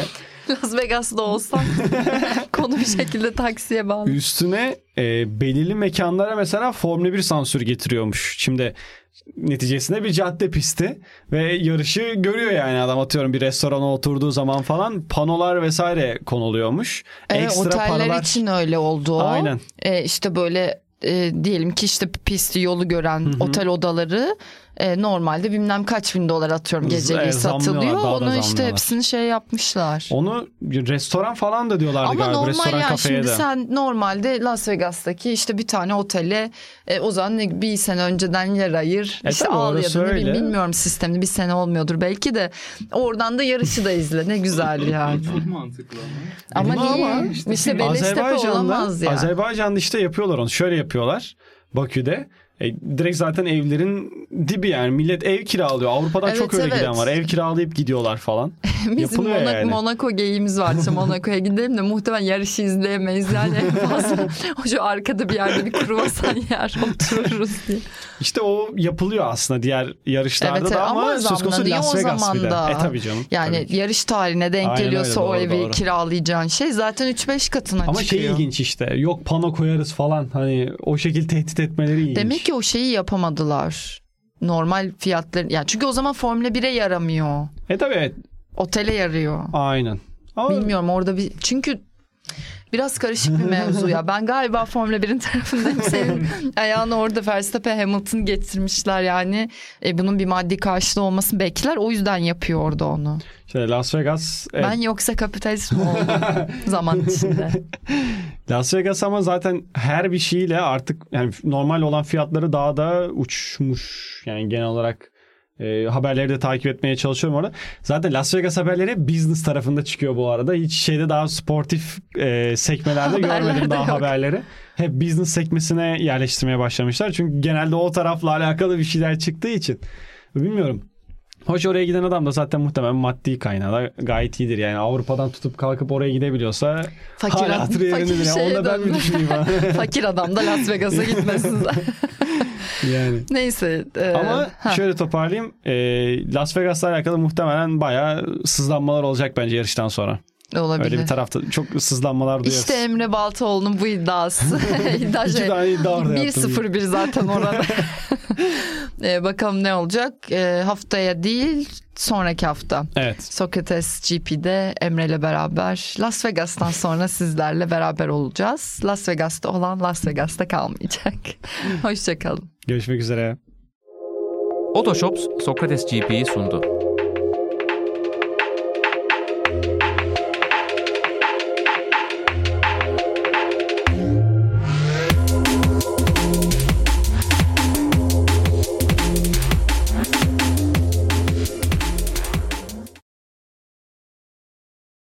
Las Vegas'ta olsam konu bir şekilde taksiye bağlı. Üstüne belirli mekanlara mesela Formula 1 sansürü getiriyormuş. Şimdi neticesinde bir cadde pisti ve yarışı görüyor yani adam, atıyorum bir restorana oturduğu zaman falan panolar vesaire konuluyormuş. Oteller için öyle oldu. Aynen. İşte böyle diyelim ki işte pisti yolu gören otel odaları normalde bilmem kaç bin dolar atıyorum geceliği satılıyor. Onu işte hepsini şey yapmışlar. Onu restoran falan da diyorlardı ama galiba. Ama restoran, normal ya, şimdi de. sen normalde Las Vegas'taki işte bir tane otele o zaman bir sene önceden yer ayır. İşte al ya da bilmiyorum sistemini, bir sene olmuyordur belki de. Oradan da yarışı da izle, ne güzel yani. Çok mantıklı ama. Ama niye? İşte Beleştepe olamaz ya. Azerbaycan'da işte yapıyorlar onu. Şöyle yapıyorlar Bakü'de. Direkt zaten evlerin dibi yani. Millet ev kiralıyor. Avrupa'dan çok öyle giden var. Ev kiralayıp gidiyorlar falan. Bizim Monaco geyiğimiz var. İşte Monaco'ya gidelim de muhtemelen yarışı izleyemeyiz. Yani en fazla şu arkada bir yerde bir kruvasan yer otururuz diye. İşte o yapılıyor aslında diğer yarışlarda da ama söz konusu Las Vegas bir de. Tabii canım. Yani tabii. Yarış tarihine denk geliyorsa o evi kiralayacağın şey zaten 3-5 katına ama çıkıyor. Ama ilginç işte. Yok pano koyarız falan. Hani o şekilde tehdit etmeleri ilginç. Demek ki o şeyi yapamadılar. Normal fiyatlar. Yani çünkü o zaman Formula 1'e yaramıyor. Tabii evet. Otele yarıyor. Aynen. Ama bilmiyorum orada bir, çünkü biraz karışık bir mevzu ya. Ben galiba Formula 1'in tarafındayım. Senin ayağını orada Verstappen Hamilton getirmişler yani. Bunun bir maddi karşılığı olmasını bekler. O yüzden yapıyor orada onu. İşte Las Vegas. Ben yoksa kapitalist mi oldum zaman içinde? Las Vegas ama zaten her bir şeyle artık yani normal olan fiyatları daha da uçmuş. Yani genel olarak haberleri de takip etmeye çalışıyorum orada. Zaten Las Vegas haberleri business tarafında çıkıyor bu arada. Hiç şeyde daha sportif sekmelerde görmedim daha haberleri. Hep business sekmesine yerleştirmeye başlamışlar. Çünkü genelde o tarafla alakalı bir şeyler çıktığı için. Bilmiyorum. Hoş, oraya giden adam da zaten muhtemelen maddi kaynağı da gayet iyidir. Yani Avrupa'dan tutup kalkıp oraya gidebiliyorsa hala hatırı yerindedir. Onu da ben mi düşüneyim? Fakir adam da Las Vegas'a gitmesin zaten. Yani. Neyse. Ama şöyle toparlayayım. Las Vegas'la alakalı muhtemelen bayağı sızlanmalar olacak bence yarıştan sonra. Olabilir. Öyle bir tarafta çok sızlanmalar duyuyoruz. İşte Emre Baltaoğlu'nun bu iddiası. İki tane iddia orada yaptım. 1-0-1 zaten orada. Bakalım ne olacak? Haftaya değil, sonraki hafta. Evet. Sokrates GP'de Emre'yle beraber Las Vegas'tan sonra sizlerle beraber olacağız. Las Vegas'ta olan Las Vegas'ta kalmayacak. Hoşçakalın. Görüşmek üzere. Otoshops Sokrates GP'yi sundu.